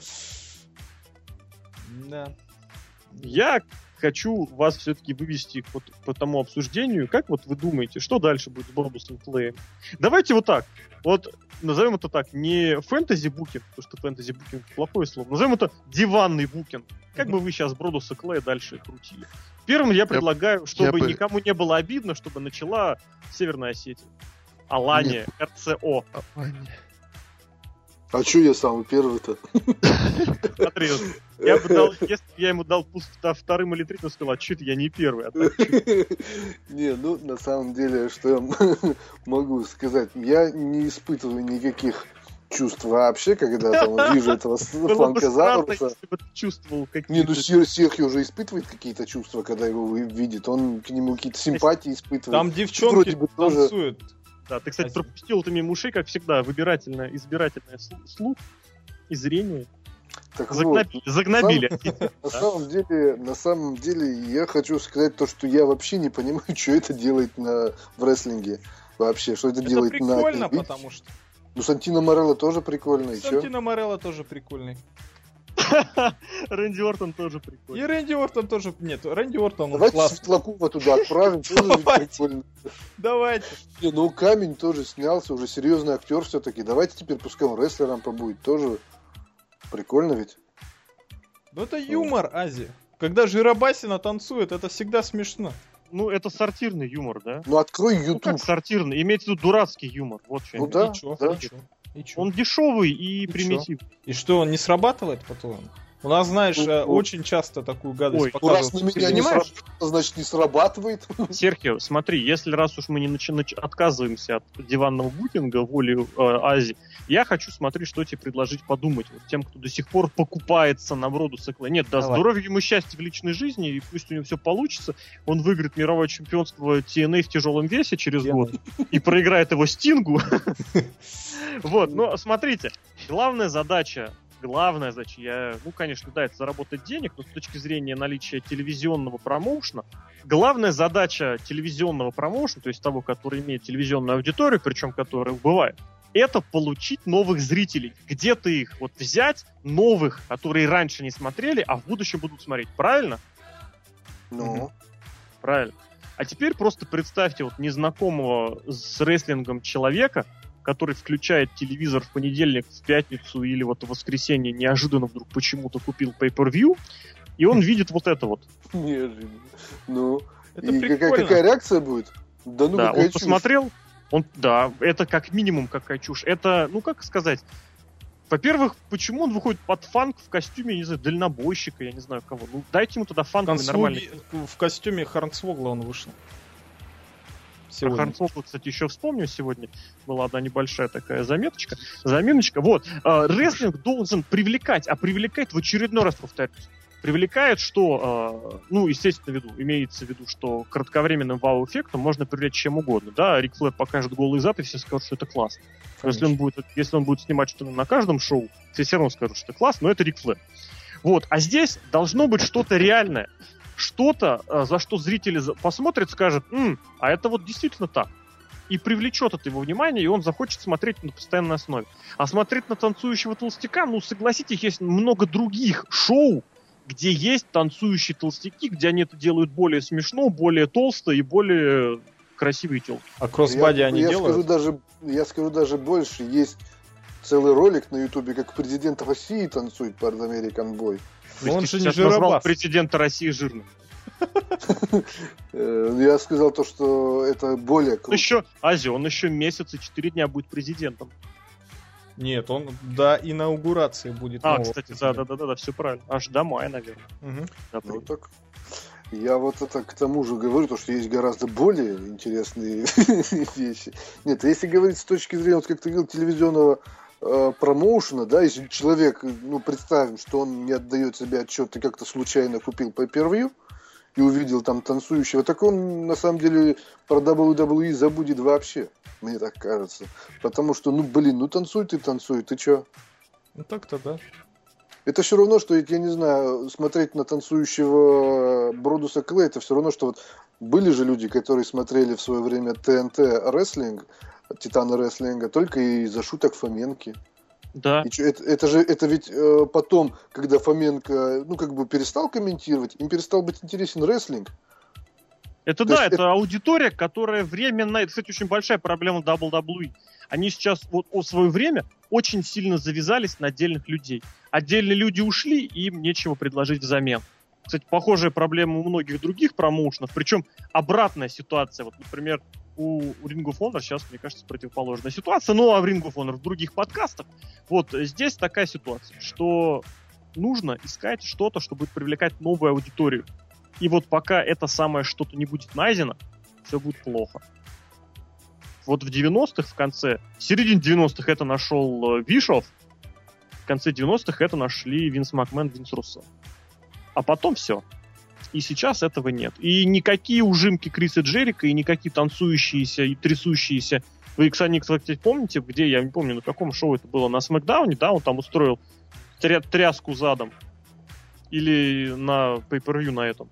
Да. Я хочу вас все-таки вывести по тому обсуждению. Как вот вы думаете, что дальше будет с Бродусом Клеем? Давайте вот так. Вот назовем это так, не фэнтези-букинг, потому что фэнтези-букинг плохое слово. Назовем это диванный букинг. Как бы вы сейчас Бродуса Клея дальше крутили? Первым я предлагаю, чтобы никому не было обидно, чтобы начала Северная Осетия. Алания, РЦО. А чё я самый первый-то? Смотри, я бы дал, если бы я ему дал вторым или третьим, он сказал, а чё это я не первый? Не, ну, на самом деле, что я могу сказать, я не испытываю никаких чувств вообще, когда там вижу этого фанкозавруса. Если бы ты чувствовал какие-то... Не, ну Серхио уже испытывает какие-то чувства, когда его видит. Он к нему какие-то симпатии испытывает. Там девчонки танцуют. Да, ты, кстати, пропустил это мимо ушей, как всегда, избирательное слух и зрение. Так Загнобили. На самом деле, я хочу сказать то, что я вообще не понимаю, что это делает в рестлинге. Вообще, что это делает на... Это прикольно, потому что... Ну, Сантино Морелло тоже прикольный. Сантино Морелло тоже прикольный. Рэнди Ортон тоже прикольный. И Рэнди Ортон тоже... Нет, Рэнди Ортон давайте Светлакова туда отправим, тоже прикольно. Давайте. Не, ну Камень тоже снялся, уже серьезный актер все-таки. Давайте теперь пускай он рестлером побудет. Тоже прикольно ведь. Ну это юмор, Ази. Когда Жиробасина танцует, это всегда смешно. Ну, это сортирный юмор, да? Ну, открой YouTube. Ну, как сортирный? Имеется в виду дурацкий юмор. Вот что ну, да, да. Он дешевый и примитивный. И что, он не срабатывает, по-твоему? У нас, знаешь, очень часто такую гадость показывают. Раз на меня не срабатывает, значит не срабатывает. Серхио, смотри, если раз уж мы не отказываемся от диванного букинга волей Ази, я хочу смотреть, что тебе предложить подумать. Вот тем, кто до сих пор покупается на Бродуса Клэй. Нет, да, здоровья ему, счастья в личной жизни, и пусть у него все получится. Он выиграет мировое чемпионство TNA в тяжелом весе через год и проиграет его Стингу. Вот, но смотрите, главная задача, конечно, да, это заработать денег, но с точки зрения наличия телевизионного промоушена, главная задача телевизионного промоушена, то есть того, который имеет телевизионную аудиторию, причем которых бывает, это получить новых зрителей. Где-то их вот взять, новых, которые раньше не смотрели, а в будущем будут смотреть. Правильно? Ну. Правильно. А теперь просто представьте вот незнакомого с рестлингом человека, который включает телевизор в понедельник, в пятницу или вот в воскресенье, неожиданно вдруг почему-то купил pay-per-view, и он видит вот это вот. Неожиданно. Ну, это и какая реакция будет? Да, ну, да, какая он чушь. посмотрел, да, это как минимум какая чушь. Это, ну как сказать, во-первых, почему он выходит под фанк в костюме, не знаю, дальнобойщика, я не знаю кого. Ну, дайте ему тогда фанковый нормальный. В костюме Хорнсвогла он вышел. Про Хорнсвогла, кстати, еще вспомню сегодня. Была одна небольшая такая заминочка. Вот. Рестлинг должен привлекать, а привлекает, в очередной раз повторюсь, привлекает, что, ну, естественно, имеется в виду, что кратковременным вау-эффектом можно привлечь чем угодно. Да, Рик Флэр покажет голый зад, и все скажут, что это классно. Если он будет снимать что-то на каждом шоу, все равно скажут, что это классно, но это Рик Флэр. Вот. А здесь должно быть что-то реальное. Что-то, за что зрители посмотрят, скажут, а это вот действительно так. И привлечет это его внимание, и он захочет смотреть на постоянной основе. А смотреть на танцующего толстяка, ну, согласитесь, есть много других шоу, где есть танцующие толстяки, где они это делают более смешно, более толсто и более красивые телки. А кроссбади они делают? Я скажу даже больше. Есть целый ролик на Ютубе, как президент России танцует под American Boy. Он же не назвал президента России жирным. Я сказал то, что это более круто. Он еще месяц и 4 дня будет президентом. Нет, он до инаугурации будет. Кстати, да, все правильно. Аж до мая, наверное. Ну так. Я вот это к тому же говорю, то, что есть гораздо более интересные вещи. Нет, если говорить с точки зрения, вот как ты говорил, телевизионного промоушена, да, если человек, ну, представим, что он не отдает себе отчет и как-то случайно купил pay-per-view и увидел там танцующего, так он, на самом деле, про WWE забудет вообще, мне так кажется. Потому что, танцуй, ты чё? Ну, так-то да. Это все равно, что, я не знаю, смотреть на танцующего Бродуса Клэя, это все равно, что вот были же люди, которые смотрели в свое время ТНТ рестлинг, Титаны рестлинга, только из-за шуток Фоменки. Да. И это ведь потом, когда Фоменко, перестал комментировать, им перестал быть интересен рестлинг. Это аудитория, которая временно... Это, кстати, очень большая проблема WWE. Они сейчас в свое время очень сильно завязались на отдельных людей. Отдельные люди ушли, и им нечего предложить взамен. Кстати, похожая проблема у многих других промоушенов. Причем обратная ситуация. Вот, например, у Ring of Honor сейчас, мне кажется, противоположная ситуация. Ну, а в Ring of Honor в других подкастах. Вот здесь такая ситуация, что нужно искать что-то, что будет привлекать новую аудиторию. И вот пока это самое что-то не будет найдено, все будет плохо. Вот в 90-х, в середине 90-х это нашел Бишоф, в конце 90-х это нашли Винс Макмен, Винс Руссо. А потом все. И сейчас этого нет. И никакие ужимки Криса Джерика, и никакие танцующиеся и трясущиеся... Вы, кстати, помните, где, я не помню, на каком шоу это было, на Смэкдауне, да, он там устроил тряску задом. Или на Pay-Per-View на этом.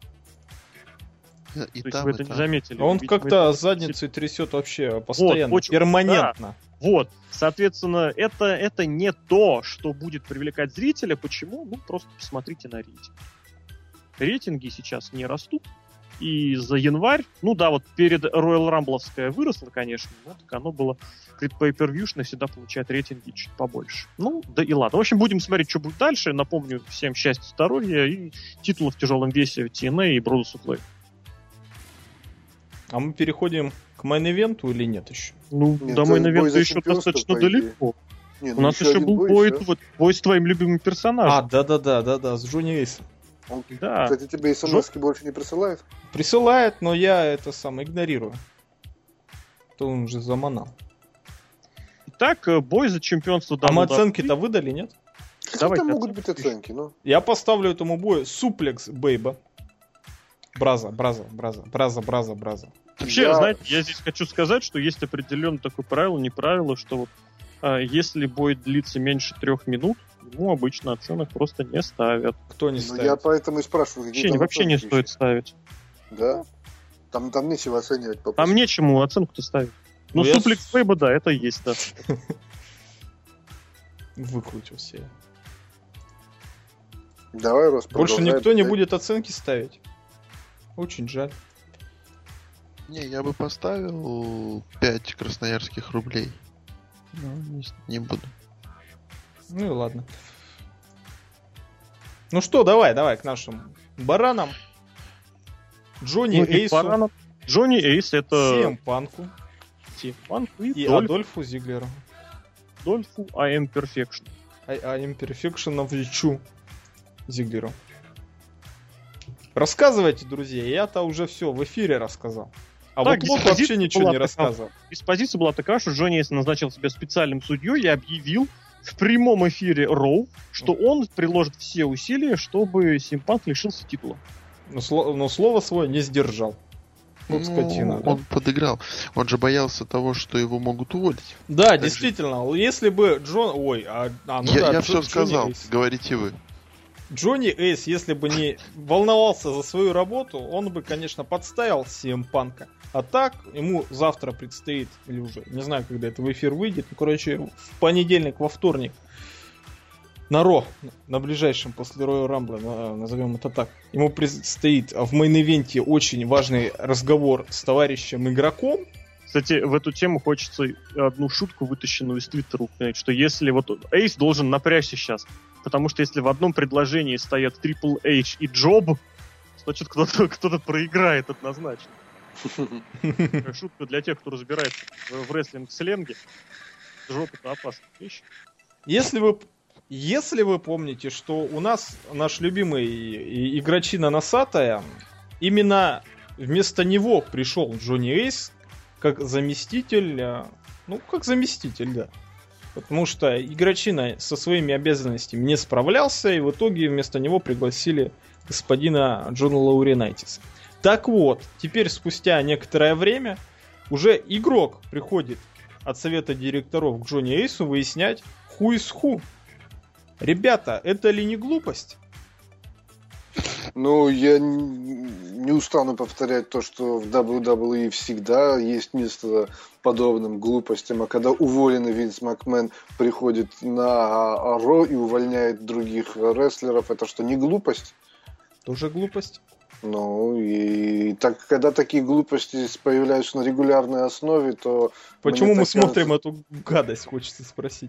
И то там, есть вы это не заметили. Он Видимо, как-то это... задницей трясет вообще постоянно, вот, очень, перманентно. Да. Вот, соответственно, это не то, что будет привлекать зрителя. Почему? Ну, просто посмотрите на рейтинг. Рейтинги сейчас не растут. И за январь, ну да, вот перед Royal Rumble'овское выросло, конечно, но так оно было pay-per-view всегда получает рейтинги чуть побольше. Ну, да и ладно. В общем, будем смотреть, что будет дальше. Напомню, всем счастья, здоровья и титулы в тяжелом весе в TNA и Brothers of Life. А мы переходим к мейн-ивенту или нет еще? Ну, Нет, до мейн-ивента еще достаточно далеко. Не, У нас еще был бой с твоим любимым персонажем. Да, с Джонни Эйсом. Он, Да. кстати, тебе смс-ки больше не присылает? Присылает, но я это самое игнорирую. То он уже заманал. Итак, бой за чемпионство А мы WWE. оценки-то выдали, нет? Какие там могут быть оценки, ну? Я поставлю этому бою суплекс Бейба. Браза. Вообще, знаете, я здесь хочу сказать, что есть определенное такое правило, не правило, что вот если бой длится меньше 3 минут, ему обычно оценок просто не ставят. Кто не Ну, ставит? я поэтому и спрашиваю, где там Вообще не оценки стоит еще? ставить. Да? Там нечего оценивать. Там нечему оценку-то ставить. Ну, Ну, суплекс Бейба, да, это есть, да. Выкрутился я. Давай, Рос, Больше продолжай. никто не будет оценки ставить. Очень жаль. Не, я бы поставил 5 красноярских рублей. Ну, не буду. Ну и ладно. Ну что, давай к нашим баранам. Джонни Ну, и Эйсу, баранов. Джонни Эйс это CM Панку CM и Дольфу, Адольфу Зиглеру. I Am Perfection. А Imperfection влечу Зиглеру. Рассказывайте, друзья. Я-то уже все в эфире рассказал. А Так, вот Лот диспозиция вообще ничего была не такая. рассказывал. Диспозиция была такая, что Джонни Эйс назначил себя специальным судьей и объявил в прямом эфире Роу, что он приложит все усилия, чтобы Симпанк лишился титула. Но слово свое не сдержал. Вот скотина. Да? Он подыграл. Он же боялся того, что его могут уволить. Да, Так действительно. Если бы Джон... Ой, Я все сказал, говорите вы. Джонни Эйс, если бы не волновался за свою работу, он бы, конечно, подставил CM Панка. А так, ему завтра предстоит, или уже, не знаю, когда это в эфир выйдет, ну, короче, в понедельник, во вторник, на Ро, на ближайшем после Royal Rumble, назовем это так, ему предстоит в мейн-ивенте очень важный разговор с товарищем игроком. Кстати, в эту тему хочется одну шутку, вытащенную из Твиттера, упомянуть, что если вот Эйс должен напрячься сейчас, потому что если в одном предложении стоят Triple H и Джоб, значит кто-то проиграет однозначно. Шутка для тех, кто разбирается в рестлинг-сленге. Джоб — это опасная вещь. Если вы помните, что у нас наш любимый игрочина Носатая, именно вместо него пришел Джонни Эйс как заместитель, да. Потому что игрочина со своими обязанностями не справлялся, и в итоге вместо него пригласили господина Джона Лауринайтиса. Так вот, теперь спустя некоторое время уже игрок приходит от совета директоров к Джонни Эйсу выяснять who is who. Ребята, это ли не глупость? Ну, я не устану повторять то, что в WWE всегда есть место подобным глупостям, а когда уволенный Винс Макмен приходит на Ро и увольняет других рестлеров, это что, не глупость? Тоже глупость. Ну, и так, когда такие глупости появляются на регулярной основе, то... Почему мы смотрим эту гадость, хочется спросить.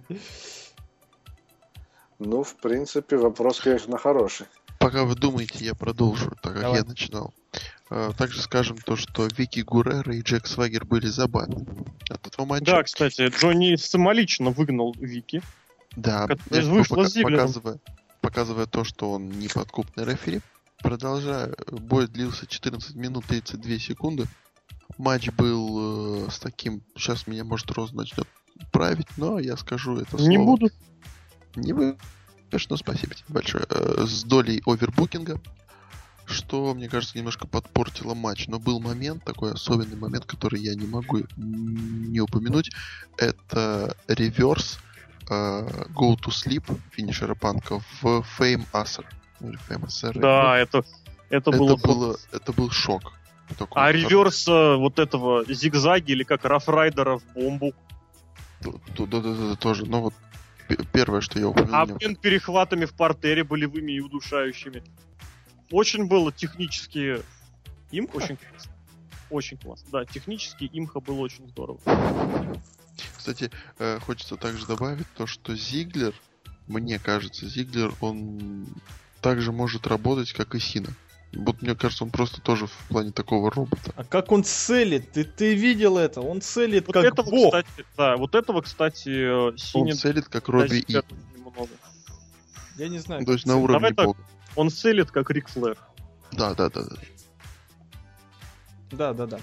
Ну, в принципе, вопрос, конечно, хороший. Пока вы думаете, я продолжу, так как Давай. я начинал. Также скажем то, что Вики Гуррера и Джек Свагер были забанены от этого матча. Да, кстати, Джонни самолично выгнал Вики. Да, показывая то, что он не подкупный рефери. Продолжая, бой длился 14 минут 32 секунды. Матч был с таким... Сейчас меня, может, Роз начнет править, но я скажу это слово. Не буду. Не вы. Ну, спасибо тебе большое. С долей овербукинга, что, мне кажется, немножко подпортило матч. Но был момент, такой особенный момент, который я не могу не упомянуть. Это реверс Go to Sleep финишера Панка в Fame Asser. Да, это был шок. А реверс вот этого зигзаги или как Рафрайдера в бомбу. Да, тоже. Но вот первое, что я упомянул. Обмен перехватами в партере болевыми и удушающими. Очень было технически... Имха? Очень классно. Да, технически имха было очень здорово. Кстати, хочется также добавить то, что Зиглер, мне кажется, он также может работать, как и Сина. Вот мне кажется, он просто тоже в плане такого робота. А как он целит? Ты видел это? Он целит вот как этого, бог. Кстати, да, вот этого, кстати, Синин... Он целит как Робби И. Я не знаю. То есть на уровне бога. Он целит как Рик Флэр. Да. Да.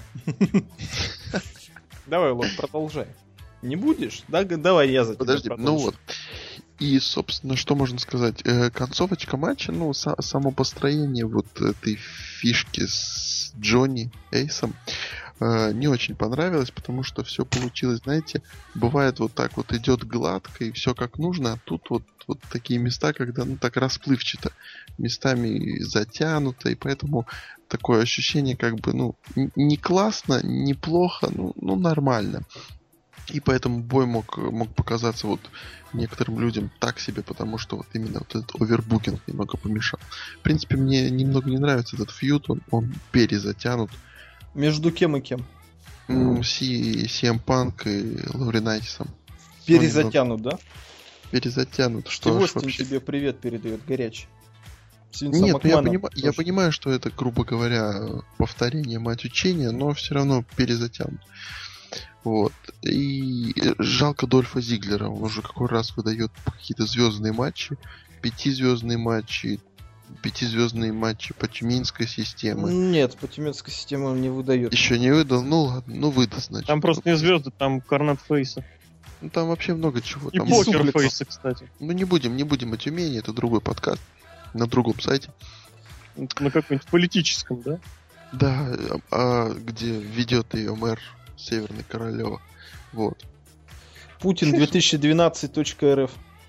Давай, Лок, продолжай. Не будешь? Да, давай я за тебя. Подожди, продолжу. ну вот. И, собственно, что можно сказать? Концовочка матча, само построение вот этой фишки с Джонни Эйсом не очень понравилось, потому что все получилось, знаете, бывает вот так вот идет гладко и все как нужно, а тут вот такие места, когда, так расплывчато, местами затянуто, и поэтому такое ощущение как бы, не классно, не плохо, нормально. И поэтому бой мог показаться вот некоторым людям так себе, потому что вот именно вот этот овербукинг немного помешал. В принципе, мне немного не нравится этот фьюд, он перезатянут. Между кем и кем? CM Punk и Лауринайтисом. Перезатянут, да? Перезатянут. Что Стивостин вообще... тебе привет передает, горячий. Нет, я понимаю, что это, грубо говоря, повторение мать учения, но все равно перезатянут. Вот. И жалко Дольфа Зиглера. Он уже какой раз выдает какие-то звездные матчи. 5-звездные матчи по тюменской системе. Нет, по тюменской системе он не выдает. Еще не выдал? Ну ладно, выдаст, значит. Там просто не звезды, там Корнет Фейса. Там вообще много чего. И там Покер Фейса, кстати. Не будем о Тюмени, это другой подкаст. На другом сайте. На каком-нибудь политическом, да? Да, где ведет ее мэр Северной Королева. Вот. Путин 2012.рф.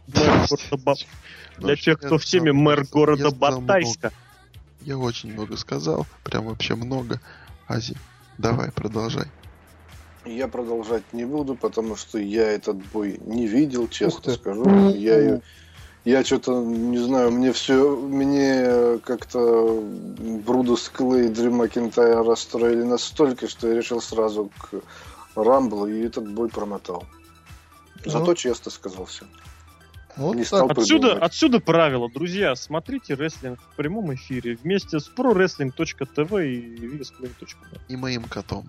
Для тех, кто в теме, мэр города Батайска. Я очень много сказал. Прям вообще много. Ази, давай, продолжай. Я продолжать не буду, потому что я этот бой не видел, честно скажу. Я что-то, не знаю, мне как-то Брудус Клей и Дрю Макинтайр расстроили настолько, что я решил сразу к Рамблу и этот бой промотал. Зато честно сказал все. Вот не стал отсюда правило, друзья, смотрите рестлинг в прямом эфире вместе с prowrestling.tv и vscreen.com. И моим котом.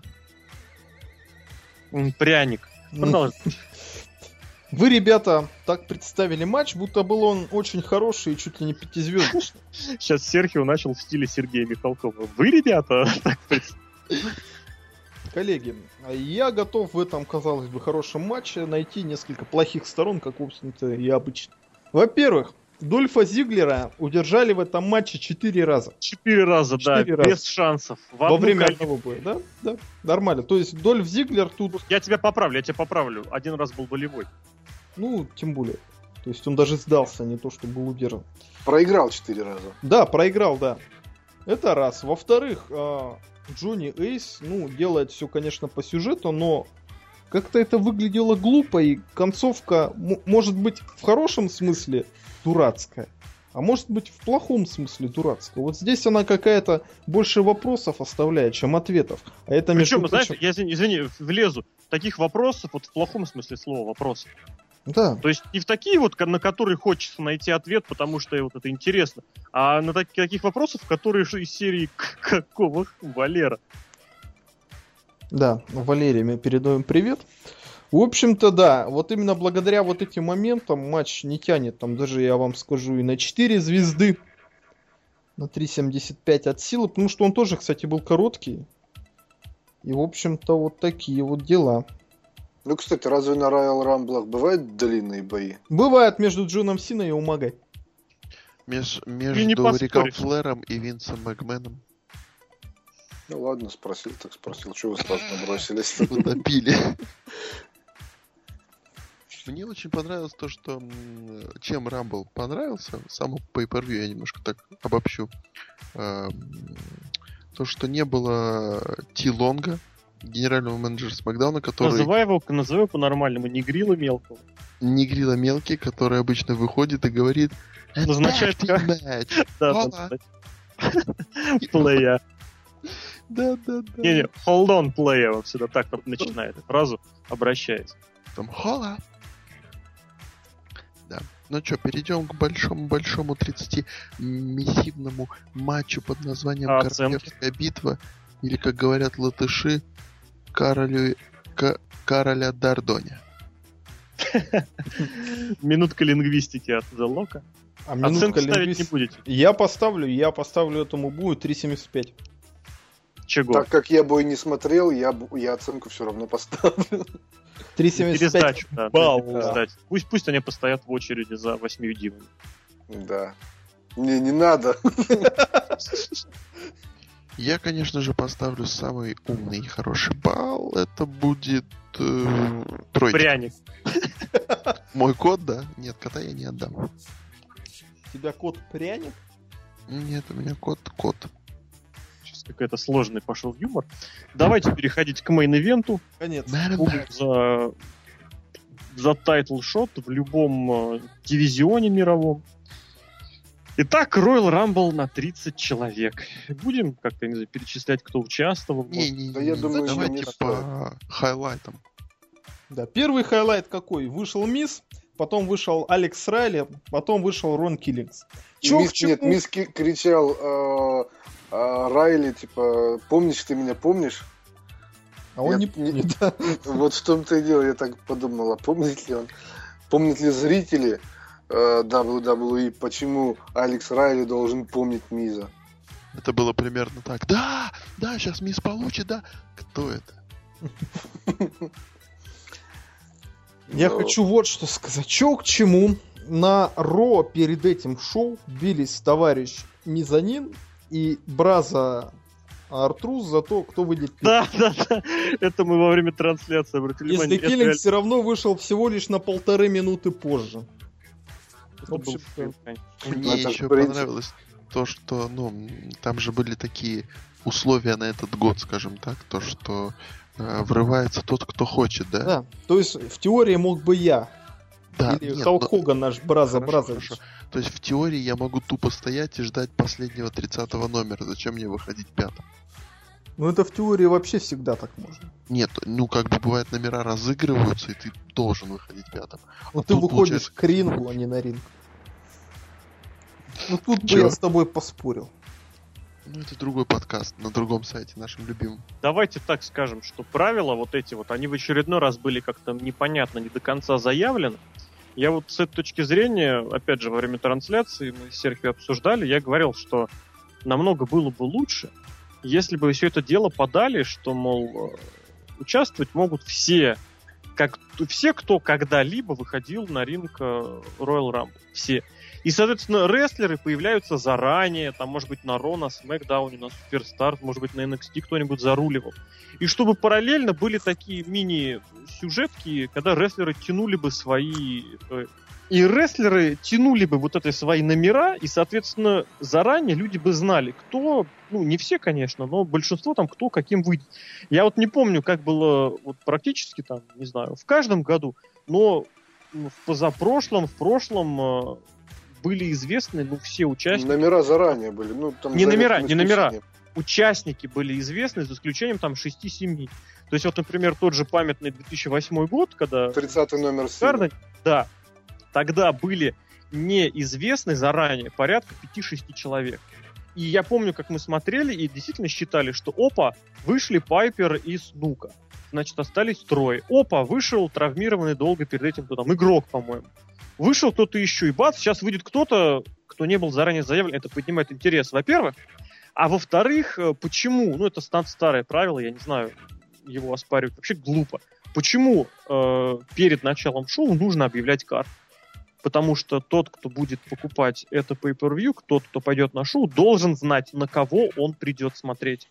Пряник. Продолжай. Вы, ребята, так представили матч, будто был он очень хороший и чуть ли не 5-звездочный. Сейчас Серхио начал в стиле Сергея Михалкова. Вы, ребята, так представили. Коллеги, я готов в этом, казалось бы, хорошем матче найти несколько плохих сторон, как, в общем-то, и обычно. Во-первых, Дольфа Зиглера удержали в этом матче 4 раза. 4 раза, 4 раза. Без шансов. Во время одного боя, да? Нормально. То есть Дольф Зиглер тут... Я тебя поправлю. Один раз был болевой. Тем более. То есть он даже сдался, не то, что был удержан. Проиграл 4 раза. Да, проиграл, да. Это раз. Во-вторых, Джонни Эйс, делает все, конечно, по сюжету, но как-то это выглядело глупо, и концовка, может быть, в хорошем смысле дурацкая, а может быть, в плохом смысле дурацкая. Вот здесь она какая-то больше вопросов оставляет, чем ответов. А это, причем, знаешь, я, извини, влезу. Таких вопросов, вот в плохом смысле слова вопросов, Да. То есть не в такие вот, на которые хочется найти ответ, потому что вот это интересно, а на таких вопросов, которые из серии «Какого Валера?» Да, Валерий, мы передаем привет. В общем-то, да, вот именно благодаря вот этим моментам матч не тянет, там даже, я вам скажу, и на 4 звезды, на 3.75 от силы, потому что он тоже, кстати, был короткий. И, в общем-то, вот такие вот дела. Ну, кстати, разве на Royal Rumble бывают длинные бои? Бывает между Джоном Синой и Умагой. Между поспоришь. Риком Флэром и Винсом Макменом. Ну ладно, спросил, так спросил. Чего вы сразу набросились? Утопили. Мне очень понравилось то, что чем Рамбл понравился, сам pay-per-view, я немножко так обобщу, то, что не было Ти Лонга, генерального менеджера Смакдауна, который... Называй его по-нормальному, Негрила мелкого. Негрила мелкий, который обычно выходит и говорит... Назначает матч. Да, плея. Да. Не, hold on, плея, вот всегда так начинает фразу, обращается. Там хола. Да. Ну что, перейдем к большому 30-миссивному матчу под названием Королевская битва. Или, как говорят латыши, Короля Дардоня. Минутка лингвистики от The Lock. Оценку ставить не будете? Я поставлю этому бою 3.75. Чего? Так как я бой не смотрел, я оценку все равно поставлю. 3.75 балла. Пусть они постоят в очереди за 8 дивами. Да. Мне не надо. Я, конечно же, поставлю самый умный и хороший балл. Это будет тройка. Пряник. Мой кот, да? Нет, кота я не отдам. У тебя кот пряник? Нет, у меня кот. Сейчас какой-то сложный пошел юмор. Давайте переходить к мейн-ивенту. Конец. За тайтл-шот в любом дивизионе мировом. Итак, Royal Rumble на 30 человек. Будем как-то, не знаю, перечислять, кто участвовал? Да я думаю, давайте по хайлайтам. Да, первый хайлайт какой? Вышел Мисс, потом вышел Алекс Райли, потом вышел Рон Киллингс. Мисс кричал Райли, типа, помнишь, ты меня помнишь? А он не помнит. Вот в том-то и дело, я так подумал, а помнит ли он? Помнят ли зрители WWE, почему Алекс Райли должен помнить Миза? Это было примерно так. Да, сейчас Мисс получит, да. Кто это? Я хочу вот что сказать. Чё к чему? На Ро перед этим шоу бились товарищ Мизанин и Браза Артрус за то, кто выйдет первым. Да. Это мы во время трансляции обратили внимание. Если Киллингс все равно вышел всего лишь на 1,5 минуты позже. Мне еще понравилось то, что, там же были такие условия на этот год, скажем так, то, что врывается тот, кто хочет, да? Да, то есть в теории мог бы я. Да, или Халк Хоган, наш Браза. Хорошо. То есть в теории я могу тупо стоять и ждать последнего 30-го номера. Зачем мне выходить пятым? Ну это в теории вообще всегда так можно. Нет, как бы бывает, номера разыгрываются, и ты должен выходить пятым. Но ты выходишь к рингу, а не на ринг. Ну тут бы я с тобой поспорил. Это другой подкаст на другом сайте, нашим любимым. Давайте так скажем, что правила вот эти вот, они в очередной раз были как-то непонятно, не до конца заявлены. Я вот с этой точки зрения, опять же, во время трансляции мы с Серхио обсуждали, я говорил, что намного было бы лучше, если бы все это дело подали, что, мол, участвовать могут все, кто когда-либо выходил на ринг Royal Rumble. Все. И, соответственно, рестлеры появляются заранее, там, может быть, на Raw, на SmackDown, на Superstar, может быть, на NXT кто-нибудь заруливал. И чтобы параллельно были такие мини-сюжетки, когда рестлеры тянули бы свои... И рестлеры тянули бы вот эти свои номера, и, соответственно, заранее люди бы знали, кто... не все, конечно, но большинство там кто каким выйдет. Я вот не помню, как было вот практически там, не знаю, в каждом году, но в позапрошлом, в прошлом... были известны, все участники. Номера заранее были. Там не номера. участники были известны, за исключением там 6-7. То есть вот, например, тот же памятный 2008 год, когда... 30-й номер Сина. Да, тогда были неизвестны заранее порядка 5-6 человек. И я помню, как мы смотрели и действительно считали, что вышли Пайпер и Снука. Значит, остались трое. Вышел травмированный долго перед этим игрок, по-моему. Вышел кто-то еще, и бац, сейчас выйдет кто-то, кто не был заранее заявлен. Это поднимает интерес, во-первых. А во-вторых, почему? Это старое правило, я не знаю, его оспаривать вообще глупо. Почему перед началом шоу нужно объявлять карт? Потому что тот, кто будет покупать это pay-per-view, тот, кто пойдет на шоу, должен знать, на кого он придет смотреть.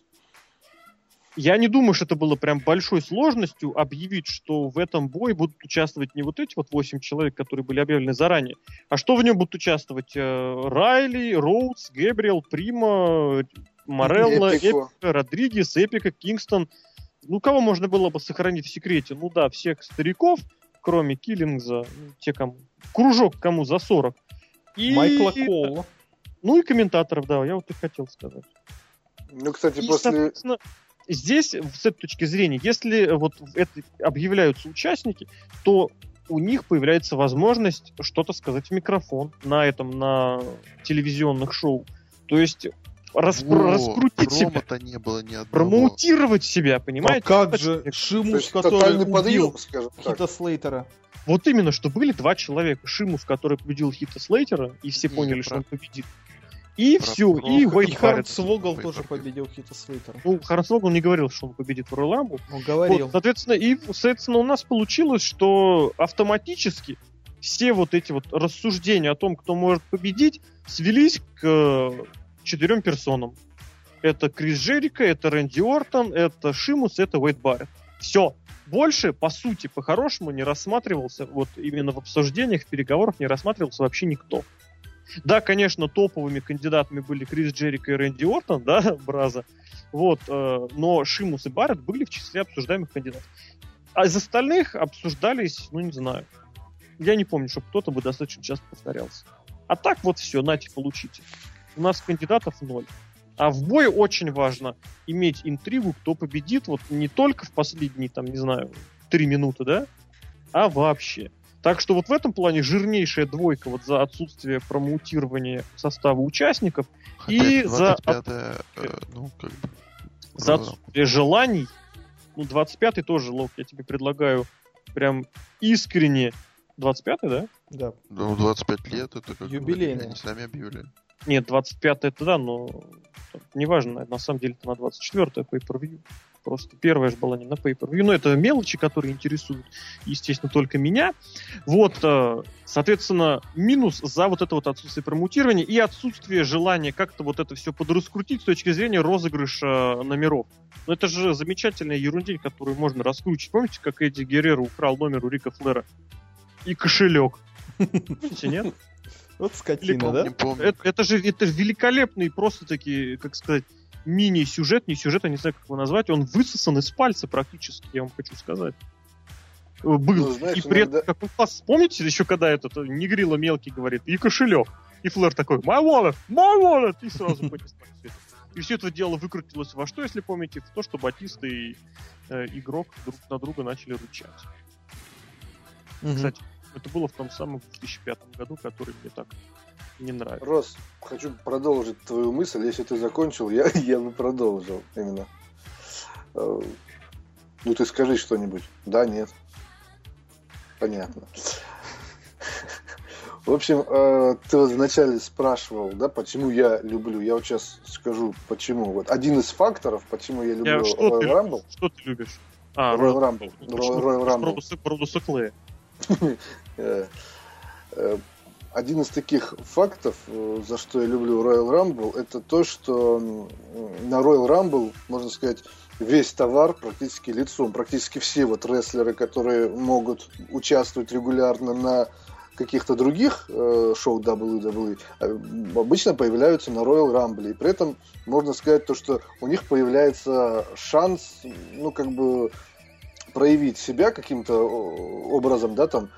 Я не думаю, что это было прям большой сложностью объявить, что в этом бое будут участвовать не вот эти 8 человек, которые были объявлены заранее, а что в нем будут участвовать Райли, Роудс, Гэбриэл, Прима, Морелло, Эпика, Родригес, Эпика, Кингстон. Кого можно было бы сохранить в секрете? Всех стариков, кроме Киллингза, те, кому... Кружок кому за 40. И... Майкла Коула. И комментаторов, да, я и хотел сказать. Кстати, после... Здесь, с этой точки зрения, если это объявляются участники, то у них появляется возможность что-то сказать в микрофон на телевизионных шоу. То есть раскрутить себя. Не было ни одного. Промоутировать себя, понимаете? А как же Шимус, который убил Хита Слейтера? Вот именно, что были 2 человека. Шимус, который победил Хита Слейтера, и все поняли, что он победит. И все, и Уэйд Барретт. Хорнсвогл тоже победил Хита Слейтера. Хорнсвогл не говорил, что он победит в Royal Rumble. Он говорил. Соответственно, у нас получилось, что автоматически все эти рассуждения о том, кто может победить, свелись к 4 персонам. Это Крис Джерико, это Рэнди Ортон, это Шимус, это Уэйд Барретт. Все. Больше, по сути, по-хорошему не рассматривался, именно в обсуждениях, в переговорах не рассматривался вообще никто. Да, конечно, топовыми кандидатами были Крис Джерико и Рэнди Ортон, да, Браза. Но Шимус и Барретт были в числе обсуждаемых кандидатов. А из остальных обсуждались, не знаю. Я не помню, чтобы кто-то бы достаточно часто повторялся. А так все, нате, получите. У нас кандидатов 0. А в бой очень важно иметь интригу, кто победит, не только в последние, 3 минуты, да, а вообще. Так что в этом плане жирнейшая двойка за отсутствие промоутирования состава участников. Хотя и за отсутствие желаний. 25-й тоже, Лок, я тебе предлагаю прям искренне. 25-й, да? Да. 25 лет, это как юбилейный. Они сами объявили. Нет, 25-й это да, но неважно, на самом деле это на 24-й pay-per-view. Просто первая же была не на pay-per-view. Но это мелочи, которые интересуют, естественно, только меня. Соответственно, минус за это отсутствие промоутирования и отсутствие желания как-то это все подраскрутить с точки зрения розыгрыша номеров. Но это же замечательная ерундень, которую можно раскручивать. Помните, как Эдди Герреро украл номер у Рика Флера? И кошелек. Помните, нет? Вот скотина, да? Это же великолепный просто-таки, как сказать, мини-сюжет, не сюжет, я не знаю, как его назвать, он высосан из пальца практически, я вам хочу сказать. Был. Знаешь, и при этом, как он класс, помните, еще когда Негрило мелкий говорит, и кошелек, и Флэр такой, my wallet, и сразу понеслась. И все это дело выкрутилось во что, если помните, в то, что Батиста и игрок друг на друга начали рычать. Кстати, это было в том самом 2005 году, который мне так не нравится. Рос, хочу продолжить твою мысль. Если ты закончил, я бы продолжил именно. Ты скажи что-нибудь. Да, нет. Понятно. В общем, ты вначале спрашивал, да, почему я люблю. Я сейчас скажу, почему. Один из факторов, почему я люблю Royal Rumble. Что ты любишь? Royal Rumble. Royal Rumble. Продуса Клея. Один из таких фактов, за что я люблю Royal Rumble, это то, что на Royal Rumble, можно сказать, весь товар практически лицом. Практически все рестлеры, которые могут участвовать регулярно на каких-то других шоу WWE, обычно появляются на Royal Rumble. И при этом можно сказать то, что у них появляется шанс, проявить себя каким-то образом, да,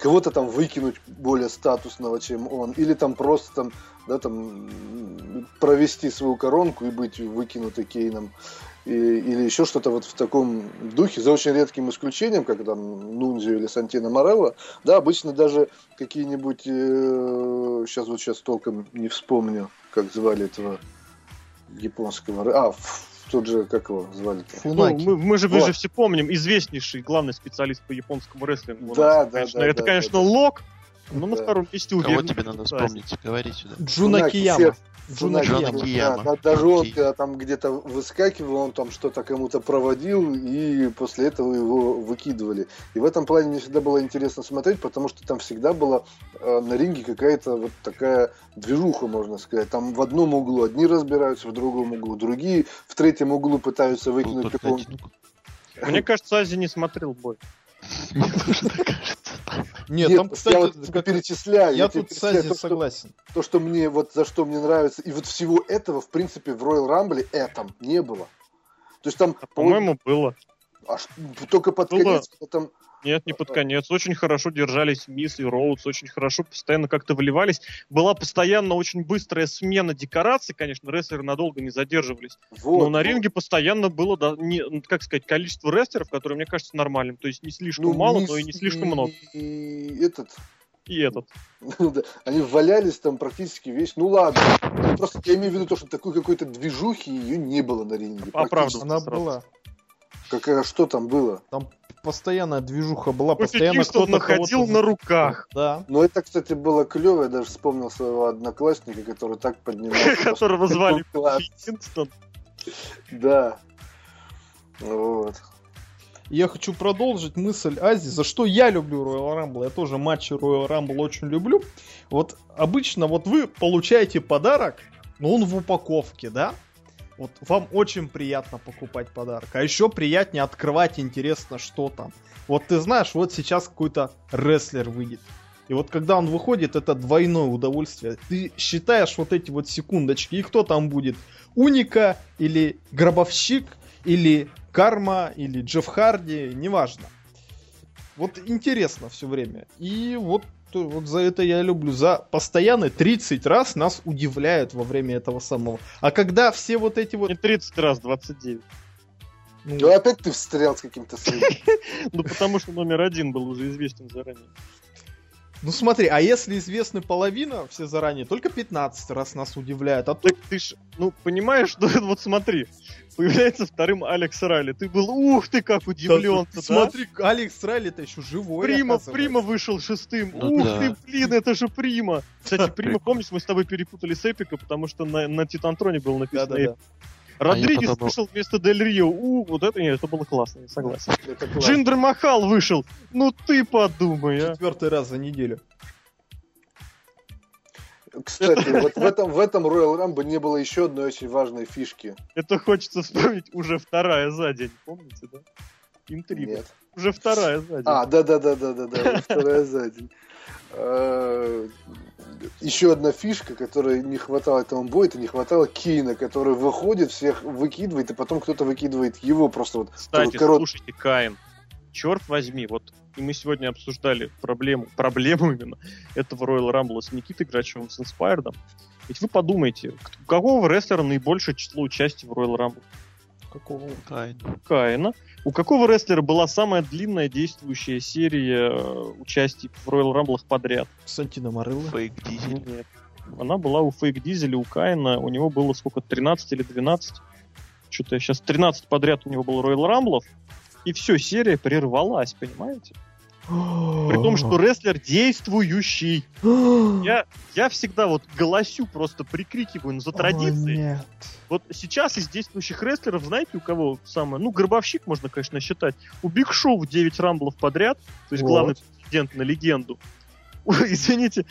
кого-то там выкинуть более статусного, чем он, или там просто там, да, там провести свою коронку и быть выкинутой Кейном, или еще что-то вот в таком духе, за очень редким исключением, как там Нунзио или Сантино Морелло, да, обычно даже какие-нибудь, сейчас толком не вспомню, как звали этого японского, тот же, как его звали-то? Фунаки. Ну, мы же все помним, известнейший главный специалист по японскому рестлингу. Да, это, конечно, Лок, но на втором месте уверен. Кого тебе надо вспомнить? Говори сюда. Джуна Кияма. Да, даже он, когда там где-то выскакивал, он там что-то кому-то проводил, и после этого его выкидывали. И в этом плане мне всегда было интересно смотреть, потому что там всегда была на ринге какая-то вот такая движуха, можно сказать. Там в одном углу одни разбираются, в другом углу другие, в третьем углу пытаются выкинуть какого-нибудь. Мне кажется, Ази не смотрел бой. Мне тоже так кажется. Нет, там, кстати, я вот перечисляю. Я тут с Ази согласен. То, что мне, вот за что мне нравится, и вот всего этого, в принципе, в Royal Rumble этом не было. То есть там... По-моему, было. Только под конец там... Нет, не под конец. Очень хорошо держались Мисс и Роудс, очень хорошо постоянно как-то выливались. Была постоянно очень быстрая смена декораций, конечно, рестлеры надолго не задерживались. Но на ринге постоянно было, количество рестлеров, которое, мне кажется, нормальным. То есть не слишком мало, но и не слишком много. И этот. Они валялись там практически весь. Ну ладно. Просто я имею в виду то, что такой какой-то движухи ее не было на ринге. Она была. Что там было? Там постоянная движуха была, постоянно кто-то находил на руках. Да. Но это, кстати, было клево. Я даже вспомнил своего одноклассника, который так поднимался. Которого звали Кингстон. Да. Вот. Я хочу продолжить мысль Ази, за что я люблю Royal Rumble. Я тоже матчи Royal Rumble очень люблю. Вот обычно вот вы получаете подарок, но он в упаковке, да? Вот вам очень приятно покупать подарок. А еще приятнее открывать, интересно, что там. Вот ты знаешь, вот сейчас какой-то рестлер выйдет. И вот когда он выходит, это двойное удовольствие. Ты считаешь вот эти вот секундочки, и кто там будет? Уника или Гробовщик, или Карма, или Джефф Харди, неважно. Вот интересно все время. И вот за это я люблю. За постоянно 30 раз нас удивляют во время этого самого. А когда все вот эти вот... Не 30 раз, 29. Ну опять ты встрял с каким-то своим. Ну потому что номер 1 был уже известен заранее. Ну смотри, а если известна половина, все заранее, только 15 раз нас удивляют. А так ты ж, понимаешь, что вот смотри, появляется вторым Алекс Райли. Ты был, ух ты, как удивлен. Да? Смотри, Алекс Райли-то еще живой. Прима вышел 6-м. Ух ты, блин, это же Прима. Кстати, Прима, помнишь, мы с тобой перепутали с Эпика, потому что на Титантроне было написано Эпик. Родригес вышел вместо Дель Рио. Вот это было классно, я согласен. Джиндер Махал вышел. Ну ты подумай, 4-й раз за неделю. Кстати, вот в этом Royal Rumble не было еще одной очень важной фишки. Это хочется вспомнить, уже 2-я за день, помните, да? Интрига. Нет. Уже 2-я за день. Да, 2-я за день. Еще одна фишка, которой не хватало этому бою, это не хватало Кейна, который выходит, всех выкидывает, и потом кто-то выкидывает его просто вот. Кстати, слушайте, Каин, черт возьми, вот и мы сегодня обсуждали проблему именно этого Royal Rumble с Никитой Грачевым, с Inspired'ом. Ведь вы подумайте, у какого рестлера наибольшее число участий в Royal Rumble? Какого? Каина. У какого рестлера была самая длинная действующая серия участий в Royal Rumble подряд? Сантино Морелло. Фейк Дизель. Нет. Она была у Фейк Дизеля, у Каина. У него было сколько? 13 или 12? Что-то сейчас 13 подряд у него было Royal Rumble'ов. И все, серия прервалась, понимаете? При том, что рестлер действующий. Я всегда вот голосю, просто прикрикиваю за традицией. Вот сейчас из действующих рестлеров, знаете, у кого самое? Гробовщик можно, конечно, считать. У Биг Шоу 9 рамблов подряд. То есть главный претендент на легенду. Извините,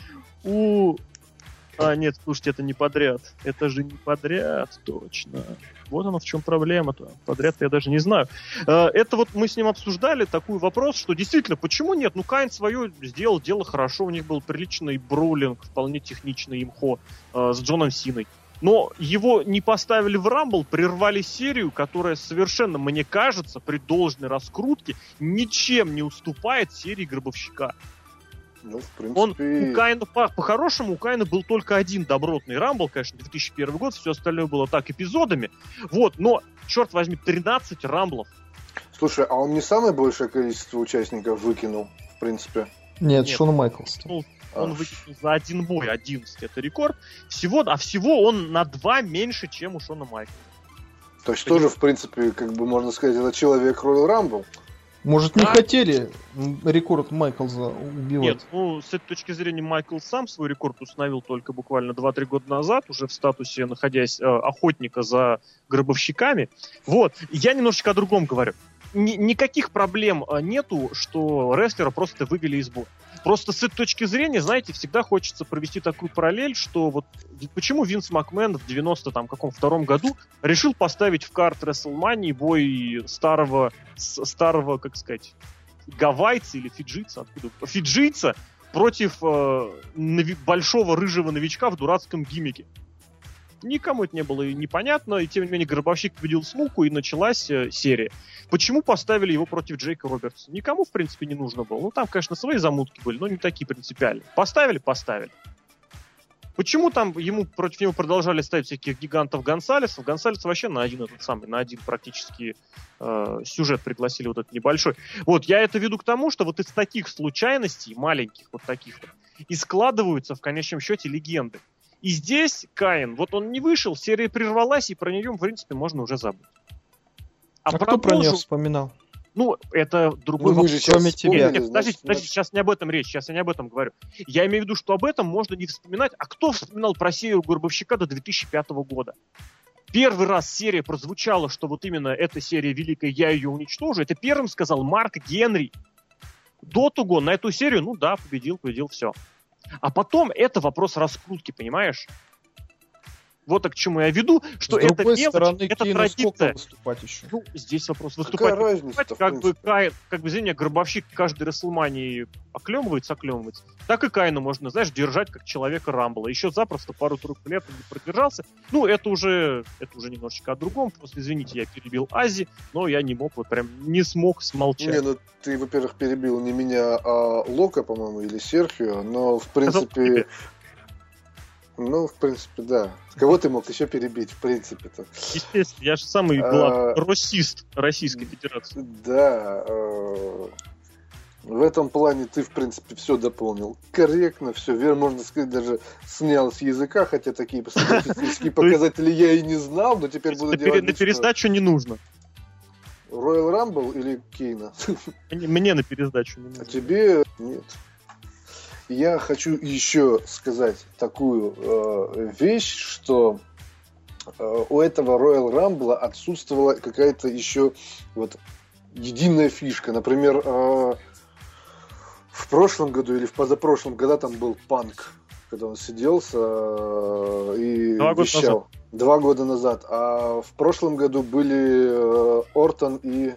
нет, слушайте, это не подряд. Это же не подряд, точно. Вот оно в чем проблема-то. Подряд-то я даже не знаю. Это вот мы с ним обсуждали такой вопрос, что действительно, почему нет? Каин свое сделал, дело хорошо. У них был приличный броулинг, вполне техничный имхо с Джоном Синой. Но его не поставили в Рамбл, прервали серию, которая совершенно, мне кажется, при должной раскрутке ничем не уступает серии Гробовщика. Ну, в принципе... У Каина, по-хорошему, у Каина был только один добротный рамбл, конечно, 2001 год, все остальное было так, эпизодами. Вот, но, черт возьми, 13 рамблов. Слушай, а он не самое большее количество участников выкинул, в принципе? Нет, Шон Майклс. Он выкинул за один бой 11, это рекорд. Всего он на 2 меньше, чем у Шона Майклса. То есть тоже, в принципе, как бы можно сказать, это человек Royal Rumble. Может, не хотели рекорд Майклза убивать? Нет, ну, с этой точки зрения, Майкл сам свой рекорд установил только буквально 2-3 года назад, уже в статусе, находясь охотника за гробовщиками. Вот, я немножечко о другом говорю. Никаких проблем нету, что рестлера просто вывели из боя. Просто с этой точки зрения, знаете, всегда хочется провести такую параллель, что вот почему Винс Макмен в 92 году решил поставить в карт WrestleMania бой старого, как сказать, гавайца или фиджийца, откуда? Фиджийца против большого рыжего новичка в дурацком гиммике. Никому это не было и непонятно, и тем не менее Гробовщик победил Смуку, и началась серия. Почему поставили его против Джейка Робертса? Никому, в принципе, не нужно было. Ну, там, конечно, свои замутки были, но не такие принципиальные. Поставили. Почему там против него продолжали ставить всяких гигантов Гонсалесов? Гонсалес вообще на один практически сюжет пригласили вот этот небольшой. Вот, я это веду к тому, что вот из таких случайностей, маленьких вот таких вот, и складываются в конечном счете легенды. И здесь Каин, вот он не вышел, серия прервалась, и про нее, в принципе, можно уже забыть. А кто про нее вспоминал? Ну, это другой вопрос. Кроме тебя. Нет, подождите, сейчас не об этом речь, сейчас я не об этом говорю. Я имею в виду, что об этом можно не вспоминать. А кто вспоминал про серию Гробовщика до 2005 года? Первый раз серия прозвучала, что вот именно эта серия великая, я ее уничтожу. Это первым сказал Марк Генри. До того на эту серию, ну да, победил, все. А потом это вопрос раскрутки, понимаешь? Вот к чему я веду, что это мелочь, это традиция. Выступать еще? Ну, здесь вопрос выступать. Какая разница, как бы извини, Гробовщик каждый WrestleMania оклемывается, так и Каину можно, знаешь, держать как человека Рамбла. Еще запросто пару-тройку лет он не продержался. Ну, это уже немножечко о другом. Просто, извините, я перебил Ази, но я не смог смолчать. Не, ну ты, во-первых, перебил не меня, а Лока, по-моему, или Серхио, но, в принципе... Ну, в принципе, да. Кого ты мог еще перебить, в принципе-то? Естественно, я же самый главный расист Российской Федерации. Да. В этом плане ты, в принципе, все дополнил корректно, все верно, можно сказать, даже снял с языка, хотя такие статистические показатели я и не знал, но теперь буду делать... На пересдачу не нужно. Royal Rumble или Кейна? Мне на пересдачу не нужно. А тебе нет. Я хочу еще сказать такую вещь, что у этого Royal Rumble отсутствовала какая-то еще вот единая фишка. Например, в прошлом году или в позапрошлом году там был Панк, когда он сидел и вещал. 2 года назад. А в прошлом году были Ортон и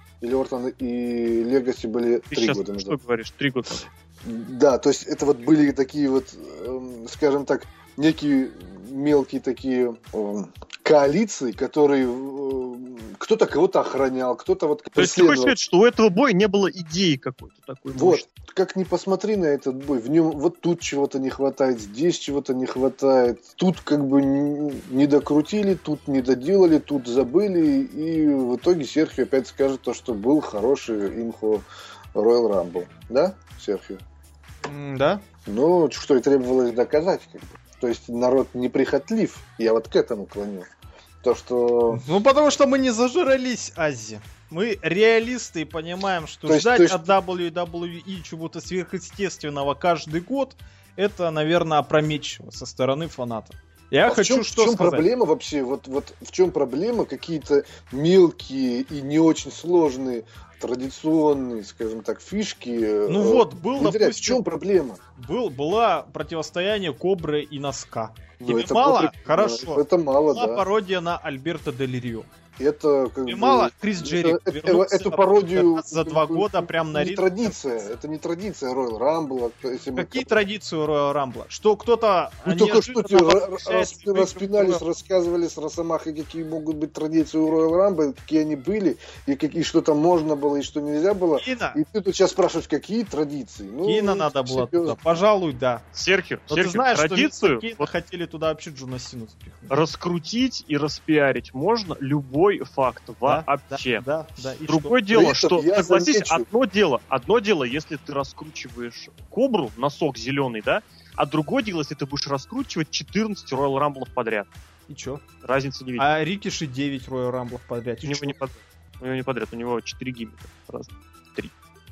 Легаси были 3 года назад. Что говоришь? 3 года назад. Да, то есть это вот были такие вот, скажем так, некие мелкие такие коалиции, которые кто-то кого-то охранял, кто-то вот преследовал. То есть ты хочешь сказать, что у этого боя не было идеи какой-то такой? Вот, как ни посмотри на этот бой, в нем вот тут чего-то не хватает, здесь чего-то не хватает, тут как бы не докрутили, тут не доделали, тут забыли, и в итоге Серхио опять скажет то, что был хороший имхо Royal Rumble, да, Серхио? Да. Ну, что и требовалось доказать, как бы. То есть народ неприхотлив, я вот к этому клоню. То, что... Ну, потому что мы не зажрались, Ази. Мы реалисты и понимаем, что ждать от WWE чего-то сверхъестественного каждый год, это, наверное, опрометчиво со стороны фанатов. Я хочу что сказать. В чем проблема вообще? Вот в чем проблема? Какие-то мелкие и не очень сложные традиционные, скажем так, фишки. Ну вот, допустим, в чем проблема? Было противостояние Кобры и Носка. Тебе мало? Хорошо. Это мало, была пародия на Альберто Дель Рио. Это как бы... мало Крис Джерик эту пародию за 2 года прям на ринг. Это не традиция Royal Rumble. Какие традиции Royal Rumble? Что кто-то... Ну только что тебе распинались, рассказывали с Росомахой, какие могут быть традиции у Royal Rumble, какие они были, и что там можно было было и что нельзя было. Кина. И ты тут сейчас спрашиваешь, какие традиции. Ну, Кина надо было туда. Пожалуй, да. Серхио, Ты знаешь, традицию что вот хотели туда вообще Джона Сину запихнуть. Раскрутить и распиарить можно любой факт вообще. Да. Другое дело, что, согласись, замечу. одно дело, если ты раскручиваешь Кобру, носок зеленый, да, а другое дело, если ты будешь раскручивать 14 Royal Rumble подряд. И чё? Разницы не видно. А Рикиши 9 Royal Rumble подряд. У него не подряд, у него 4 гиммика. Раз, 3.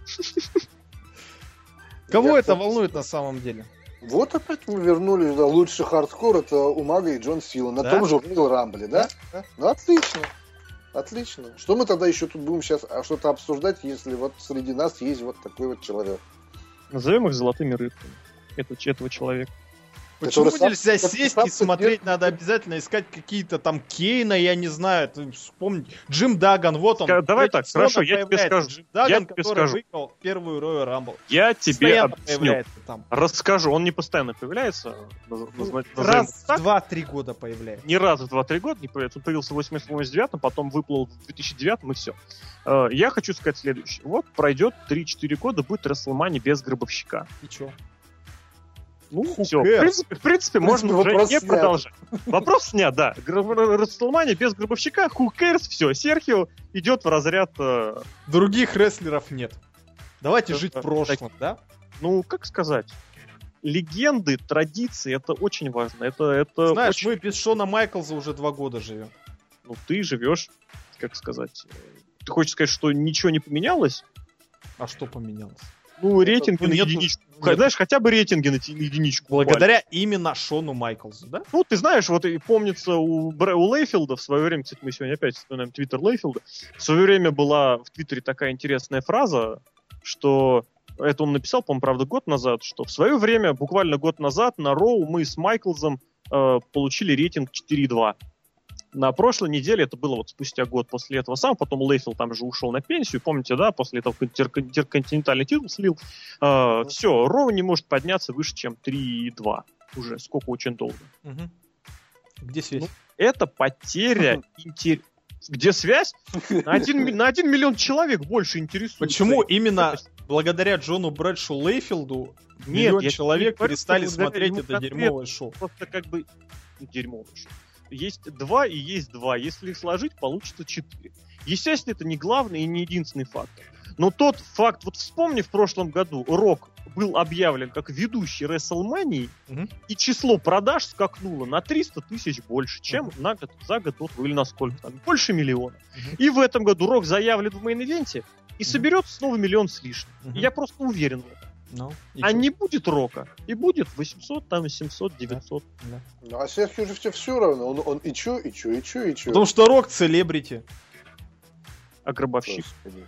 Кого это волнует на самом деле? Вот опять мы вернулись, да, лучший хардкор это Умага и Джон Сила на том же Royal Rumble, да? Ну, отлично. Что мы тогда еще тут будем сейчас что-то обсуждать, если вот среди нас есть вот такой вот человек? Назовем их золотыми рыбками. Этого человека. Почему нельзя сесть и смотреть? Надо обязательно искать какие-то там Кейна, я не знаю, вспомнить. Джим Даган, вот он. Давай так, хорошо, я тебе скажу. Джим Даган, который выиграл первую Royal Rumble. Я тебе объясню. Расскажу, он не постоянно появляется. Раз в 2-3 года появляется. Не раз в 2-3 года не появляется. Он появился в 88-89, потом выплыл в 2009 и все. Я хочу сказать следующее. Вот пройдет 3-4 года, будет WrestleMania без Гробовщика. И чё? Ну, все. В принципе, можно уже не продолжать. Вопрос снят, да. WrestleMania без Гробовщика, who cares, все. Серхио идет в разряд... Других рестлеров нет. Давайте жить прошлым, да? Ну, как сказать? Легенды, традиции, это очень важно. Это знаешь, очень... мы без Шона Майклза уже 2 года живем. Ну, ты живешь, как сказать... Ты хочешь сказать, что ничего не поменялось? А что поменялось? Ну, рейтинги на единичку. Знаешь, хотя бы рейтинги на единичку. Благодаря именно Шону Майклзу, да? Ну, ты знаешь, вот и помнится у Лейфилда в свое время, кстати, мы сегодня опять вспоминаем твиттер Лейфилда, в свое время была в твиттере такая интересная фраза, что это он написал, по-моему, правда, год назад, что в свое время, буквально год назад, на Роу мы с Майклзом получили рейтинг 4,2. На прошлой неделе, это было вот спустя год после этого сам, потом Лейфилд там же ушел на пенсию, помните, да, после этого интерконтинентальный титул слил. Все, Роу не может подняться выше, чем 3,2. Уже сколько очень долго. Угу. Где связь? Ну, это потеря интереса. Где связь? На 1 миллион человек больше интересуется. Почему именно благодаря Джону Брэдшоу Лейфилду миллион человек перестали смотреть это дерьмовое шоу? Просто как бы дерьмовое шоу. Есть 2 и есть 2. Если их сложить, получится 4. Естественно, это не главный и не единственный фактор. Но тот факт, вот вспомни, в прошлом году Рок был объявлен как ведущий WrestleMania, и число продаж скакнуло на 300 тысяч больше, чем за год или на сколько там, больше миллиона. И в этом году Рок заявлен в мейн-ивенте и соберет снова миллион с лишним. Я просто уверен в этом. Не будет Рока. И будет 800, там 700, 900. Да. А Серхио же все равно. Он и чё. Потому что Рок селебрити. А Гробовщик?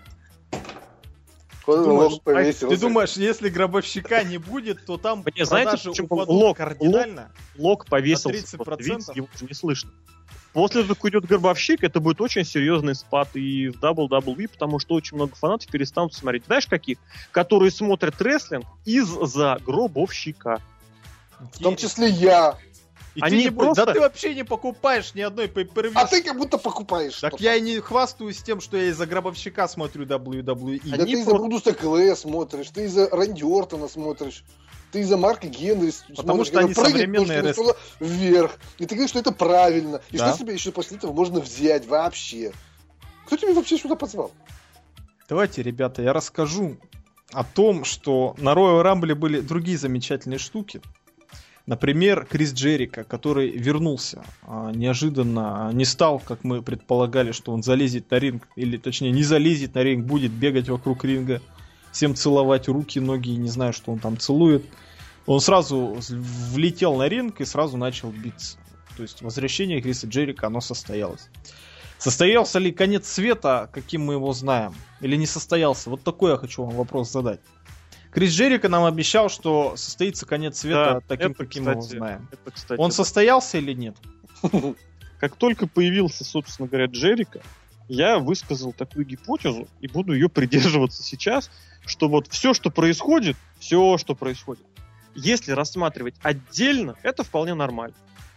Ты думаешь, если Гробовщика не будет, то там продажи упадут кардинально? Лок повесился, видите, его уже не слышно. После того, как уйдет Гробовщик, это будет очень серьезный спад и в WWE, потому что очень много фанатов перестанут смотреть. Знаешь, каких? Которые смотрят рестлинг из-за Гробовщика. В том числе я. Они просто... Да ты вообще не покупаешь ни одной pay-per-view. А ты как будто покупаешь. Так я и не хвастаюсь тем, что я из-за Гробовщика смотрю WWE. Да ты из-за Брудуса Клэя смотришь, ты из-за Рэнди Ортона смотришь. Ты из-за Марка Генри смотришь. Потому что они современные рестлеры. Вверх. И ты говоришь, что это правильно. И что себе еще после этого можно взять вообще? Кто тебя вообще сюда позвал? Давайте, ребята, я расскажу о том, что на Royal Rumble были другие замечательные штуки. Например, Крис Джерико, который вернулся неожиданно, не стал, как мы предполагали, что он залезет на ринг, или точнее не залезет на ринг, будет бегать вокруг ринга, всем целовать руки, ноги, не знаю, что он там целует. Он сразу влетел на ринг и сразу начал биться. То есть возвращение Криса Джерико, оно состоялось. Состоялся ли конец света, каким мы его знаем? Или не состоялся? Вот такой я хочу вам вопрос задать. Крис Джерико нам обещал, что состоится конец света таким, каким мы его знаем. Он состоялся или нет? Как только появился, собственно говоря, Джерико, я высказал такую гипотезу и буду ее придерживаться сейчас, что вот все, что происходит, если рассматривать отдельно, это вполне нормально.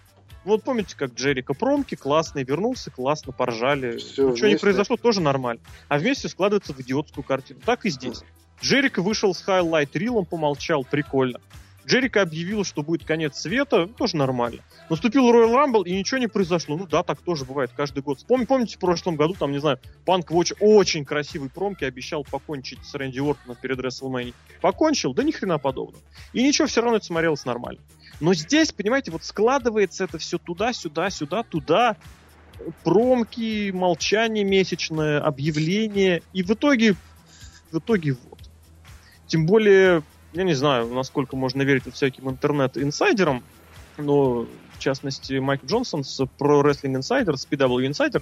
Вот помните, как Джерико промки, классный, вернулся, классно, поржали. Всё Ничего не произошло, тоже нормально. А вместе складывается в идиотскую картину. Так и здесь. Джерико вышел с хайлайт-рилом, помолчал, прикольно. Джерико объявил, что будет конец света, тоже нормально. Наступил Royal Rumble, и ничего не произошло. Ну да, так тоже бывает каждый год. Помните, в прошлом году, там, не знаю, Панк в очень красивой промке обещал покончить с Рэнди Ортоном перед WrestleMania. Покончил? Да ни хрена подобного. И ничего, все равно это смотрелось нормально. Но здесь, понимаете, вот складывается это все туда-сюда, сюда-туда. Промки, молчание месячное, объявление. И в итоге вот. Тем более... Я не знаю, насколько можно верить всяким интернет-инсайдерам, но, в частности, Майк Джонсон с Pro Wrestling Insider, с PW Insider,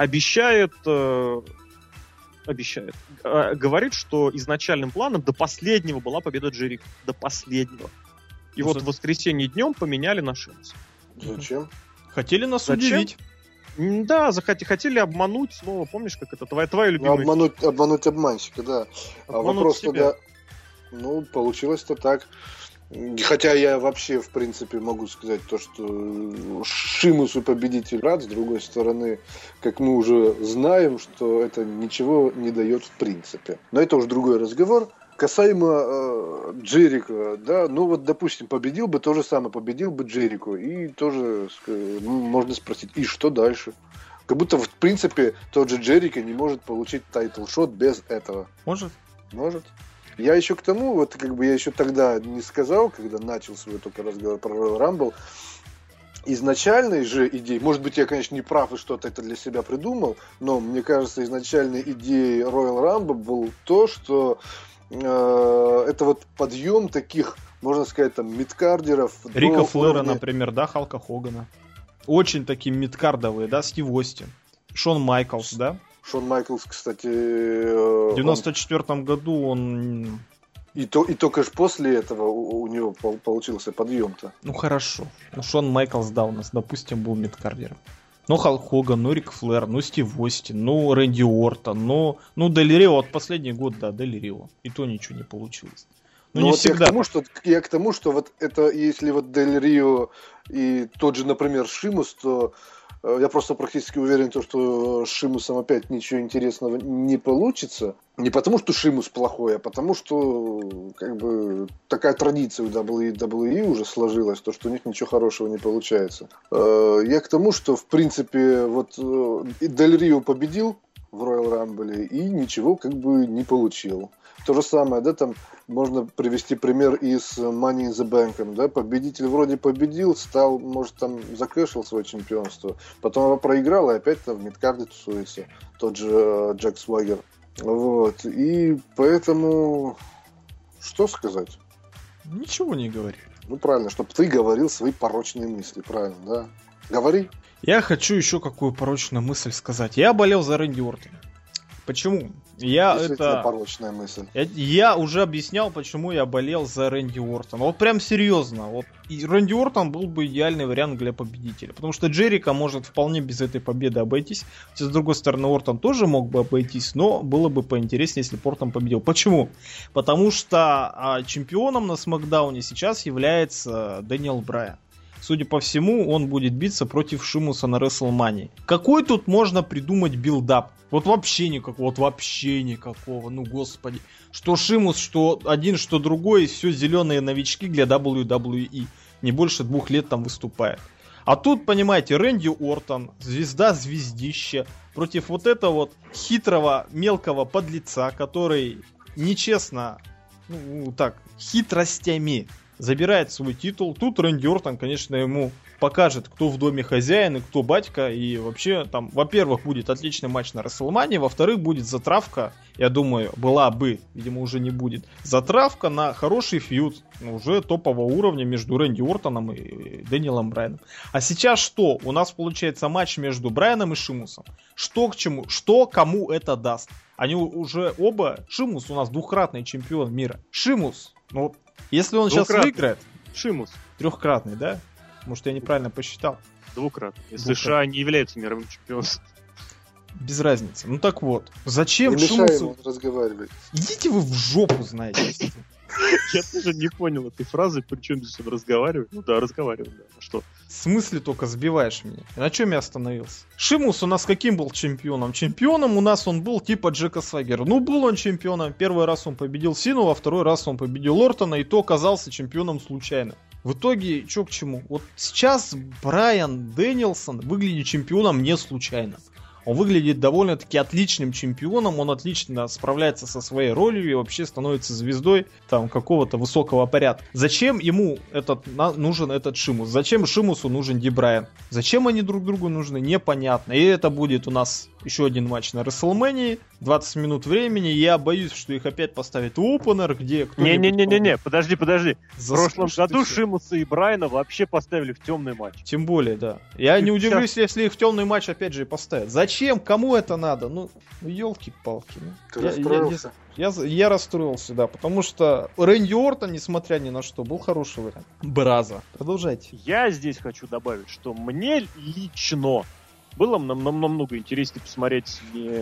говорит, что изначальным планом до последнего была победа Джерико. До последнего. И вот в воскресенье днем поменяли на Шимуса. Зачем? Хотели нас удивить. Да, хотели обмануть снова. Помнишь, как это? Твоя любимая... Обмануть обманщика, да. Обмануть вопрос себя. тогда... Ну, получилось-то так. Хотя я вообще, в принципе, могу сказать то, что Шимусу победитель рад. С другой стороны, как мы уже знаем, что это ничего не дает в принципе. Но это уже другой разговор. Касаемо Джерико, да, ну вот, допустим, победил бы Джерико. И тоже можно спросить, и что дальше? Как будто, в принципе, тот же Джерико не может получить тайтл-шот без этого. Может. Я еще к тому, вот как бы я еще тогда не сказал, когда начал свой только разговор про Royal Rumble, изначальной же идеей, может быть, я, конечно, не прав и что-то это для себя придумал, но мне кажется, изначальной идеей Royal Rumble был то, что это вот подъем таких, можно сказать, там, мидкардеров. Рика Флэра, например, да, Халка Хогана. Очень такие мидкардовые, да, Стив Остин. Шон Майклс, да? Шон Майклс, кстати... В 94-м году он... И только же после этого у него получился подъем-то. Ну хорошо. Ну Шон Майклс, да, у нас, допустим, был мидкардером. Ну Халк Хоган, ну Рик Флэр, ну Стив Остин, ну Рэнди Ортон, ну Дель Рио. Вот последний год, да, Дель Рио. И то ничего не получилось. Ну не вот всегда. Я к тому, что вот это, если вот Дель Рио и тот же, например, Шимус, то... Я просто практически уверен, что с Шимусом опять ничего интересного не получится. Не потому, что Шимус плохой, а потому, что как бы такая традиция у WWE уже сложилась, то, что у них ничего хорошего не получается. Я к тому, что, в принципе, вот Дель Рио победил в Royal Rumble и ничего как бы не получил. То же самое, да, там можно привести пример и с Money in the Bank, да, победитель вроде победил, стал, может, там закэшил свое чемпионство, потом его проиграл и опять там в мидкарде тусуется, тот же Джек Свагер, вот, и поэтому, что сказать? Ничего не говори. Ну, правильно, чтобы ты говорил свои порочные мысли, правильно, да, говори. Я хочу еще какую порочную мысль сказать. Я болел за Рэнди Ортона. Почему? Порочная мысль. Я уже объяснял, почему я болел за Рэнди Ортона. Вот прям серьезно. Вот. И Рэнди Ортон был бы идеальный вариант для победителя. Потому что Джерико может вполне без этой победы обойтись. Хотя, с другой стороны, Ортон тоже мог бы обойтись. Но было бы поинтереснее, если бы Ортон победил. Почему? Потому что чемпионом на Смакдауне сейчас является Дэниел Брайан. Судя по всему, он будет биться против Шимуса на WrestleMania. Какой тут можно придумать билдап? Вот вообще никакого, ну господи. Что Шимус, что один, что другой, все зеленые новички для WWE. Не больше 2 лет там выступает. А тут, понимаете, Рэнди Ортон, звезда-звездище, против вот этого вот хитрого, мелкого подлеца, который нечестно, хитростями забирает свой титул. Тут Рэнди Ортон, конечно, ему покажет, кто в доме хозяин и кто батька. И вообще там, во-первых, будет отличный матч на WrestleMania, во-вторых, будет затравка, я думаю, была бы, видимо, уже не будет, затравка на хороший фьюд, уже топового уровня между Рэнди Ортоном и Дэниелом Брайаном. А сейчас что? У нас получается матч между Брайаном и Шимусом. Что к чему? Что кому это даст? Они уже оба... Шимус у нас 2-кратный чемпион мира. Шимус, ну, если он сейчас выиграет... Шимус. 3-кратный, да? Может, я неправильно посчитал? 2-кратный. Если США не является мировым чемпионом. Без разницы. Ну так вот. Зачем не Шимусу... ему разговаривать. Идите вы в жопу, знаете. Я тоже не понял этой фразы, при чем здесь он разговаривает. Ну да, разговаривает, да. Что? В смысле только сбиваешь меня? На чем я остановился? Шимус у нас каким был чемпионом? Чемпионом у нас он был типа Джека Свагера. Ну, был он чемпионом. Первый раз он победил Сину, во второй раз он победил Ортона, и то оказался чемпионом случайно. В итоге, чё к чему? Вот сейчас Брайан Дэнилсон выглядит чемпионом не случайно. Он выглядит довольно-таки отличным чемпионом, он отлично справляется со своей ролью и вообще становится звездой там какого-то высокого порядка. Зачем ему нужен этот Шимус? Зачем Шимусу нужен Ди Брайан? Зачем они друг другу нужны? Непонятно. И это будет у нас еще один матч на WrestleMania, 20 минут времени. Я боюсь, что их опять поставят в опенер, где кто-нибудь... Не-не-не, подожди. В прошлом году Шимуса и Брайана вообще поставили в темный матч. Тем более, да. Я не удивлюсь, если их в темный матч опять же и поставят. Зачем? Кому это надо? Ну елки-палки. Ты расстроился? Я расстроился, да, потому что Рэнди Ортон, несмотря ни на что, был хороший вариант. Браза. Продолжайте. Я здесь хочу добавить, что мне лично было намного интереснее посмотреть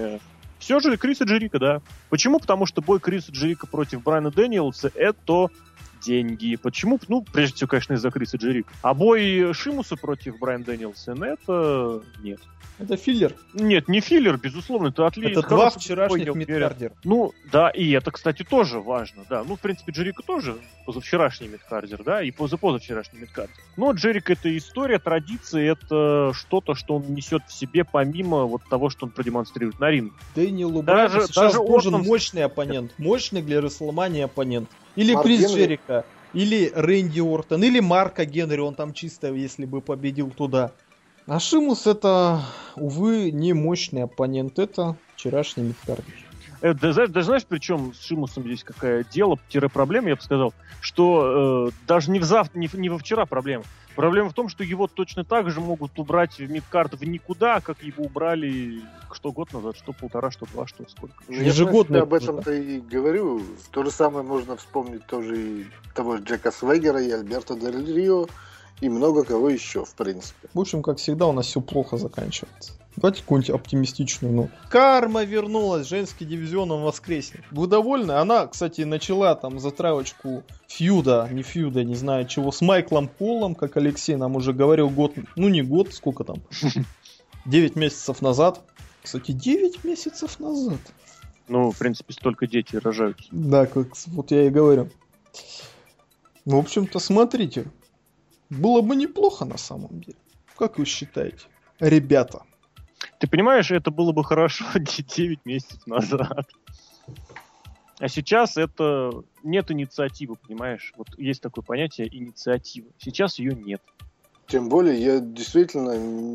все же Криса Джерика, да. Почему? Потому что бой Криса Джерика против Брайана Дэниелса — это деньги. Почему? Ну, прежде всего, конечно, из-за Криса Джерика. А бой Шимуса против Брайана Дэниелса — это нет. Это филлер? Нет, не филлер, безусловно, это отлично. Это два вчерашних мидкардера. Ну, да, и это, кстати, тоже важно, да. Ну, в принципе, Джерика тоже позавчерашний мидкардер, да, и позавчерашний мидкардер. Но Джерик — это история, традиции, это что-то, что он несет в себе, помимо вот того, что он продемонстрирует на ринге. Дэниелу Брайану сейчас нужен мощный оппонент, мощный для WrestleMania оппонент. Или Марк Крис Генри. Джерика, или Рэнди Ортон, или Марка Генри, он там чисто, если бы победил туда. А Шимус — это, увы, не мощный оппонент, это вчерашний мидкардер. Даже знаешь, причем с Шимусом здесь какое дело-проблема, я бы сказал, что даже не во вчера проблема. Проблема в том, что его точно так же могут убрать в мидкард в никуда, как его убрали что год назад, что полтора, что два, что сколько. Ежегодно. Я об этом-то и говорю. То же самое можно вспомнить тоже и того же Джека Свегера, и Альберто Дель Рио, и много кого еще, в принципе. В общем, как всегда, у нас все плохо заканчивается. Давайте какую-нибудь оптимистичную ноту. Карма вернулась, женский дивизион, он воскреснет. Вы довольны? Она, кстати, начала там затравочку не знаю чего, с Майклом Колом, как Алексей нам уже говорил год, ну не год, сколько там? 9 месяцев назад. Кстати, 9 месяцев назад. Ну, в принципе, столько дети рожаются. Да, как вот я и говорю. В общем-то, смотрите. Было бы неплохо на самом деле. Как вы считаете, ребята? Ты понимаешь, это было бы хорошо 9 месяцев назад. А сейчас это нет инициативы, понимаешь? Вот есть такое понятие инициатива. Сейчас ее нет. Тем более я действительно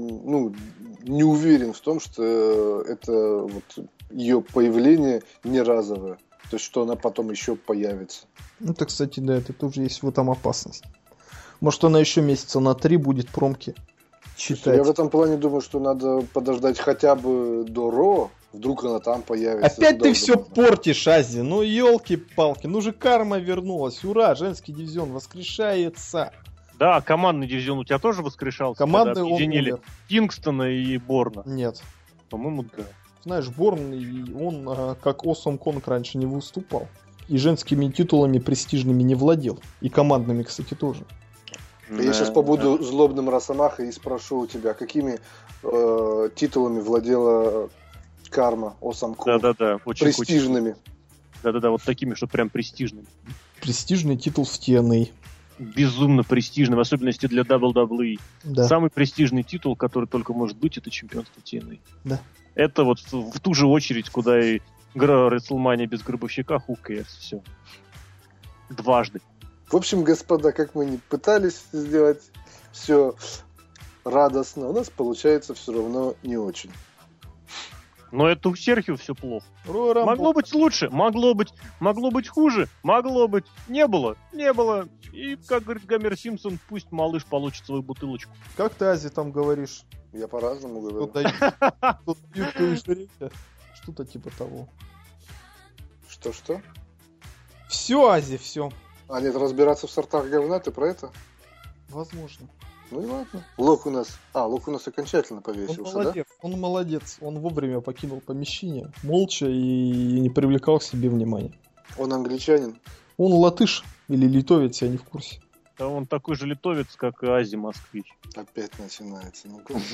не уверен в том, что это вот ее появление не разовое. То есть, что она потом еще появится. Это, кстати, да, это тоже есть в этом опасность. Может, она еще месяца на 3 будет промки читать. Я в этом плане думаю, что надо подождать хотя бы до Ро. Вдруг она там появится. Опять ты все портишь, Ази. Ну, елки-палки. Ну же карма вернулась. Ура, женский дивизион воскрешается. Да, командный дивизион у тебя тоже воскрешался? Командный он объединили Кингстона и Борна. Нет. По-моему, да. Знаешь, Борн, он как Awesome Kong раньше не выступал. И женскими титулами престижными не владел. И командными, кстати, тоже. Я сейчас побуду злобным Росомахой и спрошу у тебя, какими титулами владела Карма Awesome Kong? Да-да-да. Престижными. Да-да-да, вот такими, что прям престижными. Престижный титул в TNA. Безумно престижный, в особенности для WWE. Да. Самый престижный титул, который только может быть, это чемпионство TNA. Да. Это вот в ту же очередь, куда и WrestleMania без гробовщика, who cares, все. Дважды. В общем, господа, как мы не пытались сделать все радостно, у нас получается все равно не очень. Но это у Серхио все плохо. Могло быть лучше, могло быть хуже, могло быть. Не было. И, как говорит Гомер Симпсон, пусть малыш получит свою бутылочку. Как ты, Ази, там говоришь? Я по-разному говорю. Что-то типа того. Что? Все, Ази, все. А нет, разбираться в сортах говна, ты про это? Возможно. Ну и ладно. Лок у нас окончательно повесился, да? Он молодец. Он вовремя покинул помещение, молча и не привлекал к себе внимания. Он англичанин? Он латыш или литовец, я не в курсе. Да он такой же литовец, как и Ази Москвич. Опять начинается.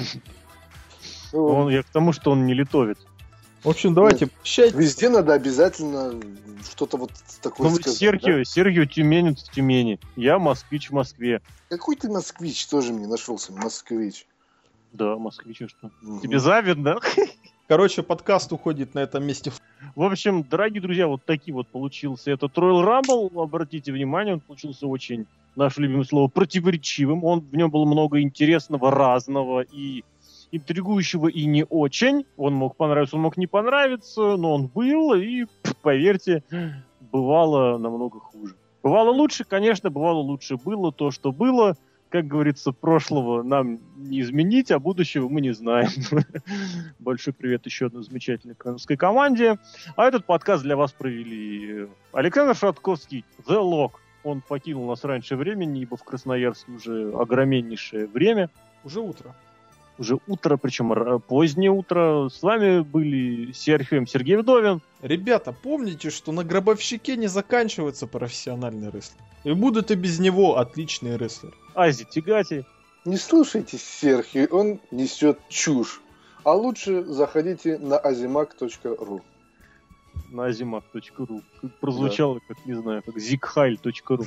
Я к тому, что он не литовец. В общем, давайте прощайте. Везде надо обязательно что-то вот такое сказать. Сергию тюменец в Тюмени. Я москвич в Москве. Какой ты москвич? Тоже мне нашелся москвич. Да, москвич, а что? Тебе завидно? Короче, подкаст уходит на этом месте. В общем, дорогие друзья, вот такие вот получился этот Royal Rumble. Обратите внимание, он получился очень, наше любимое слово, противоречивым. В нем было много интересного, разного и интригующего, и не очень. Он мог понравиться, он мог не понравиться, но он был, и, поверьте, бывало намного хуже. Бывало лучше, конечно, бывало лучше. Было то, что было. Как говорится, прошлого нам не изменить, а будущего мы не знаем. Большой привет еще одной замечательной крымской команде. А этот подкаст для вас провели Александр Шатковский, The Lock. Он покинул нас раньше времени, ибо в Красноярске уже огроменнейшее время. Уже утро. Уже утро, причем позднее утро. С вами были Сергей Вдовин. Ребята, помните, что на гробовщике не заканчивается профессиональный рестлинг. И будут и без него отличные рестлеры. Ази Тигати. Не слушайте Серхи, он несет чушь. А лучше заходите на azimac.ru. На azimac.ru. Прозвучало, да. Как, не знаю, как zigheil.ru.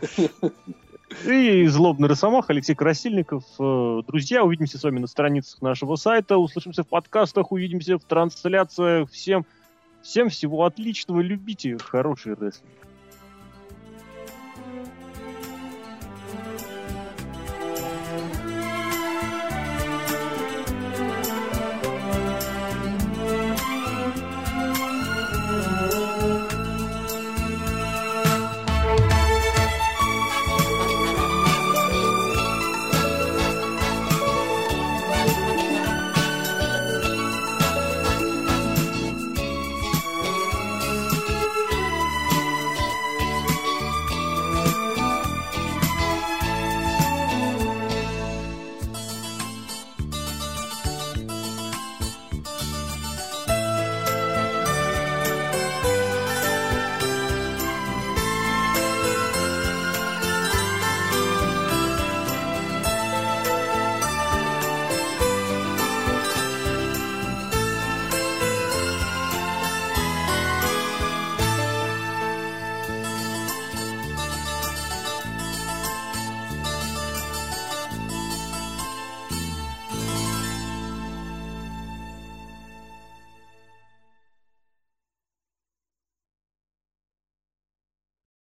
И злобный росомах Алексей Красильников. Друзья, увидимся с вами на страницах нашего сайта, услышимся в подкастах, увидимся в трансляциях. Всем всего отличного, любите хороший рестлинг.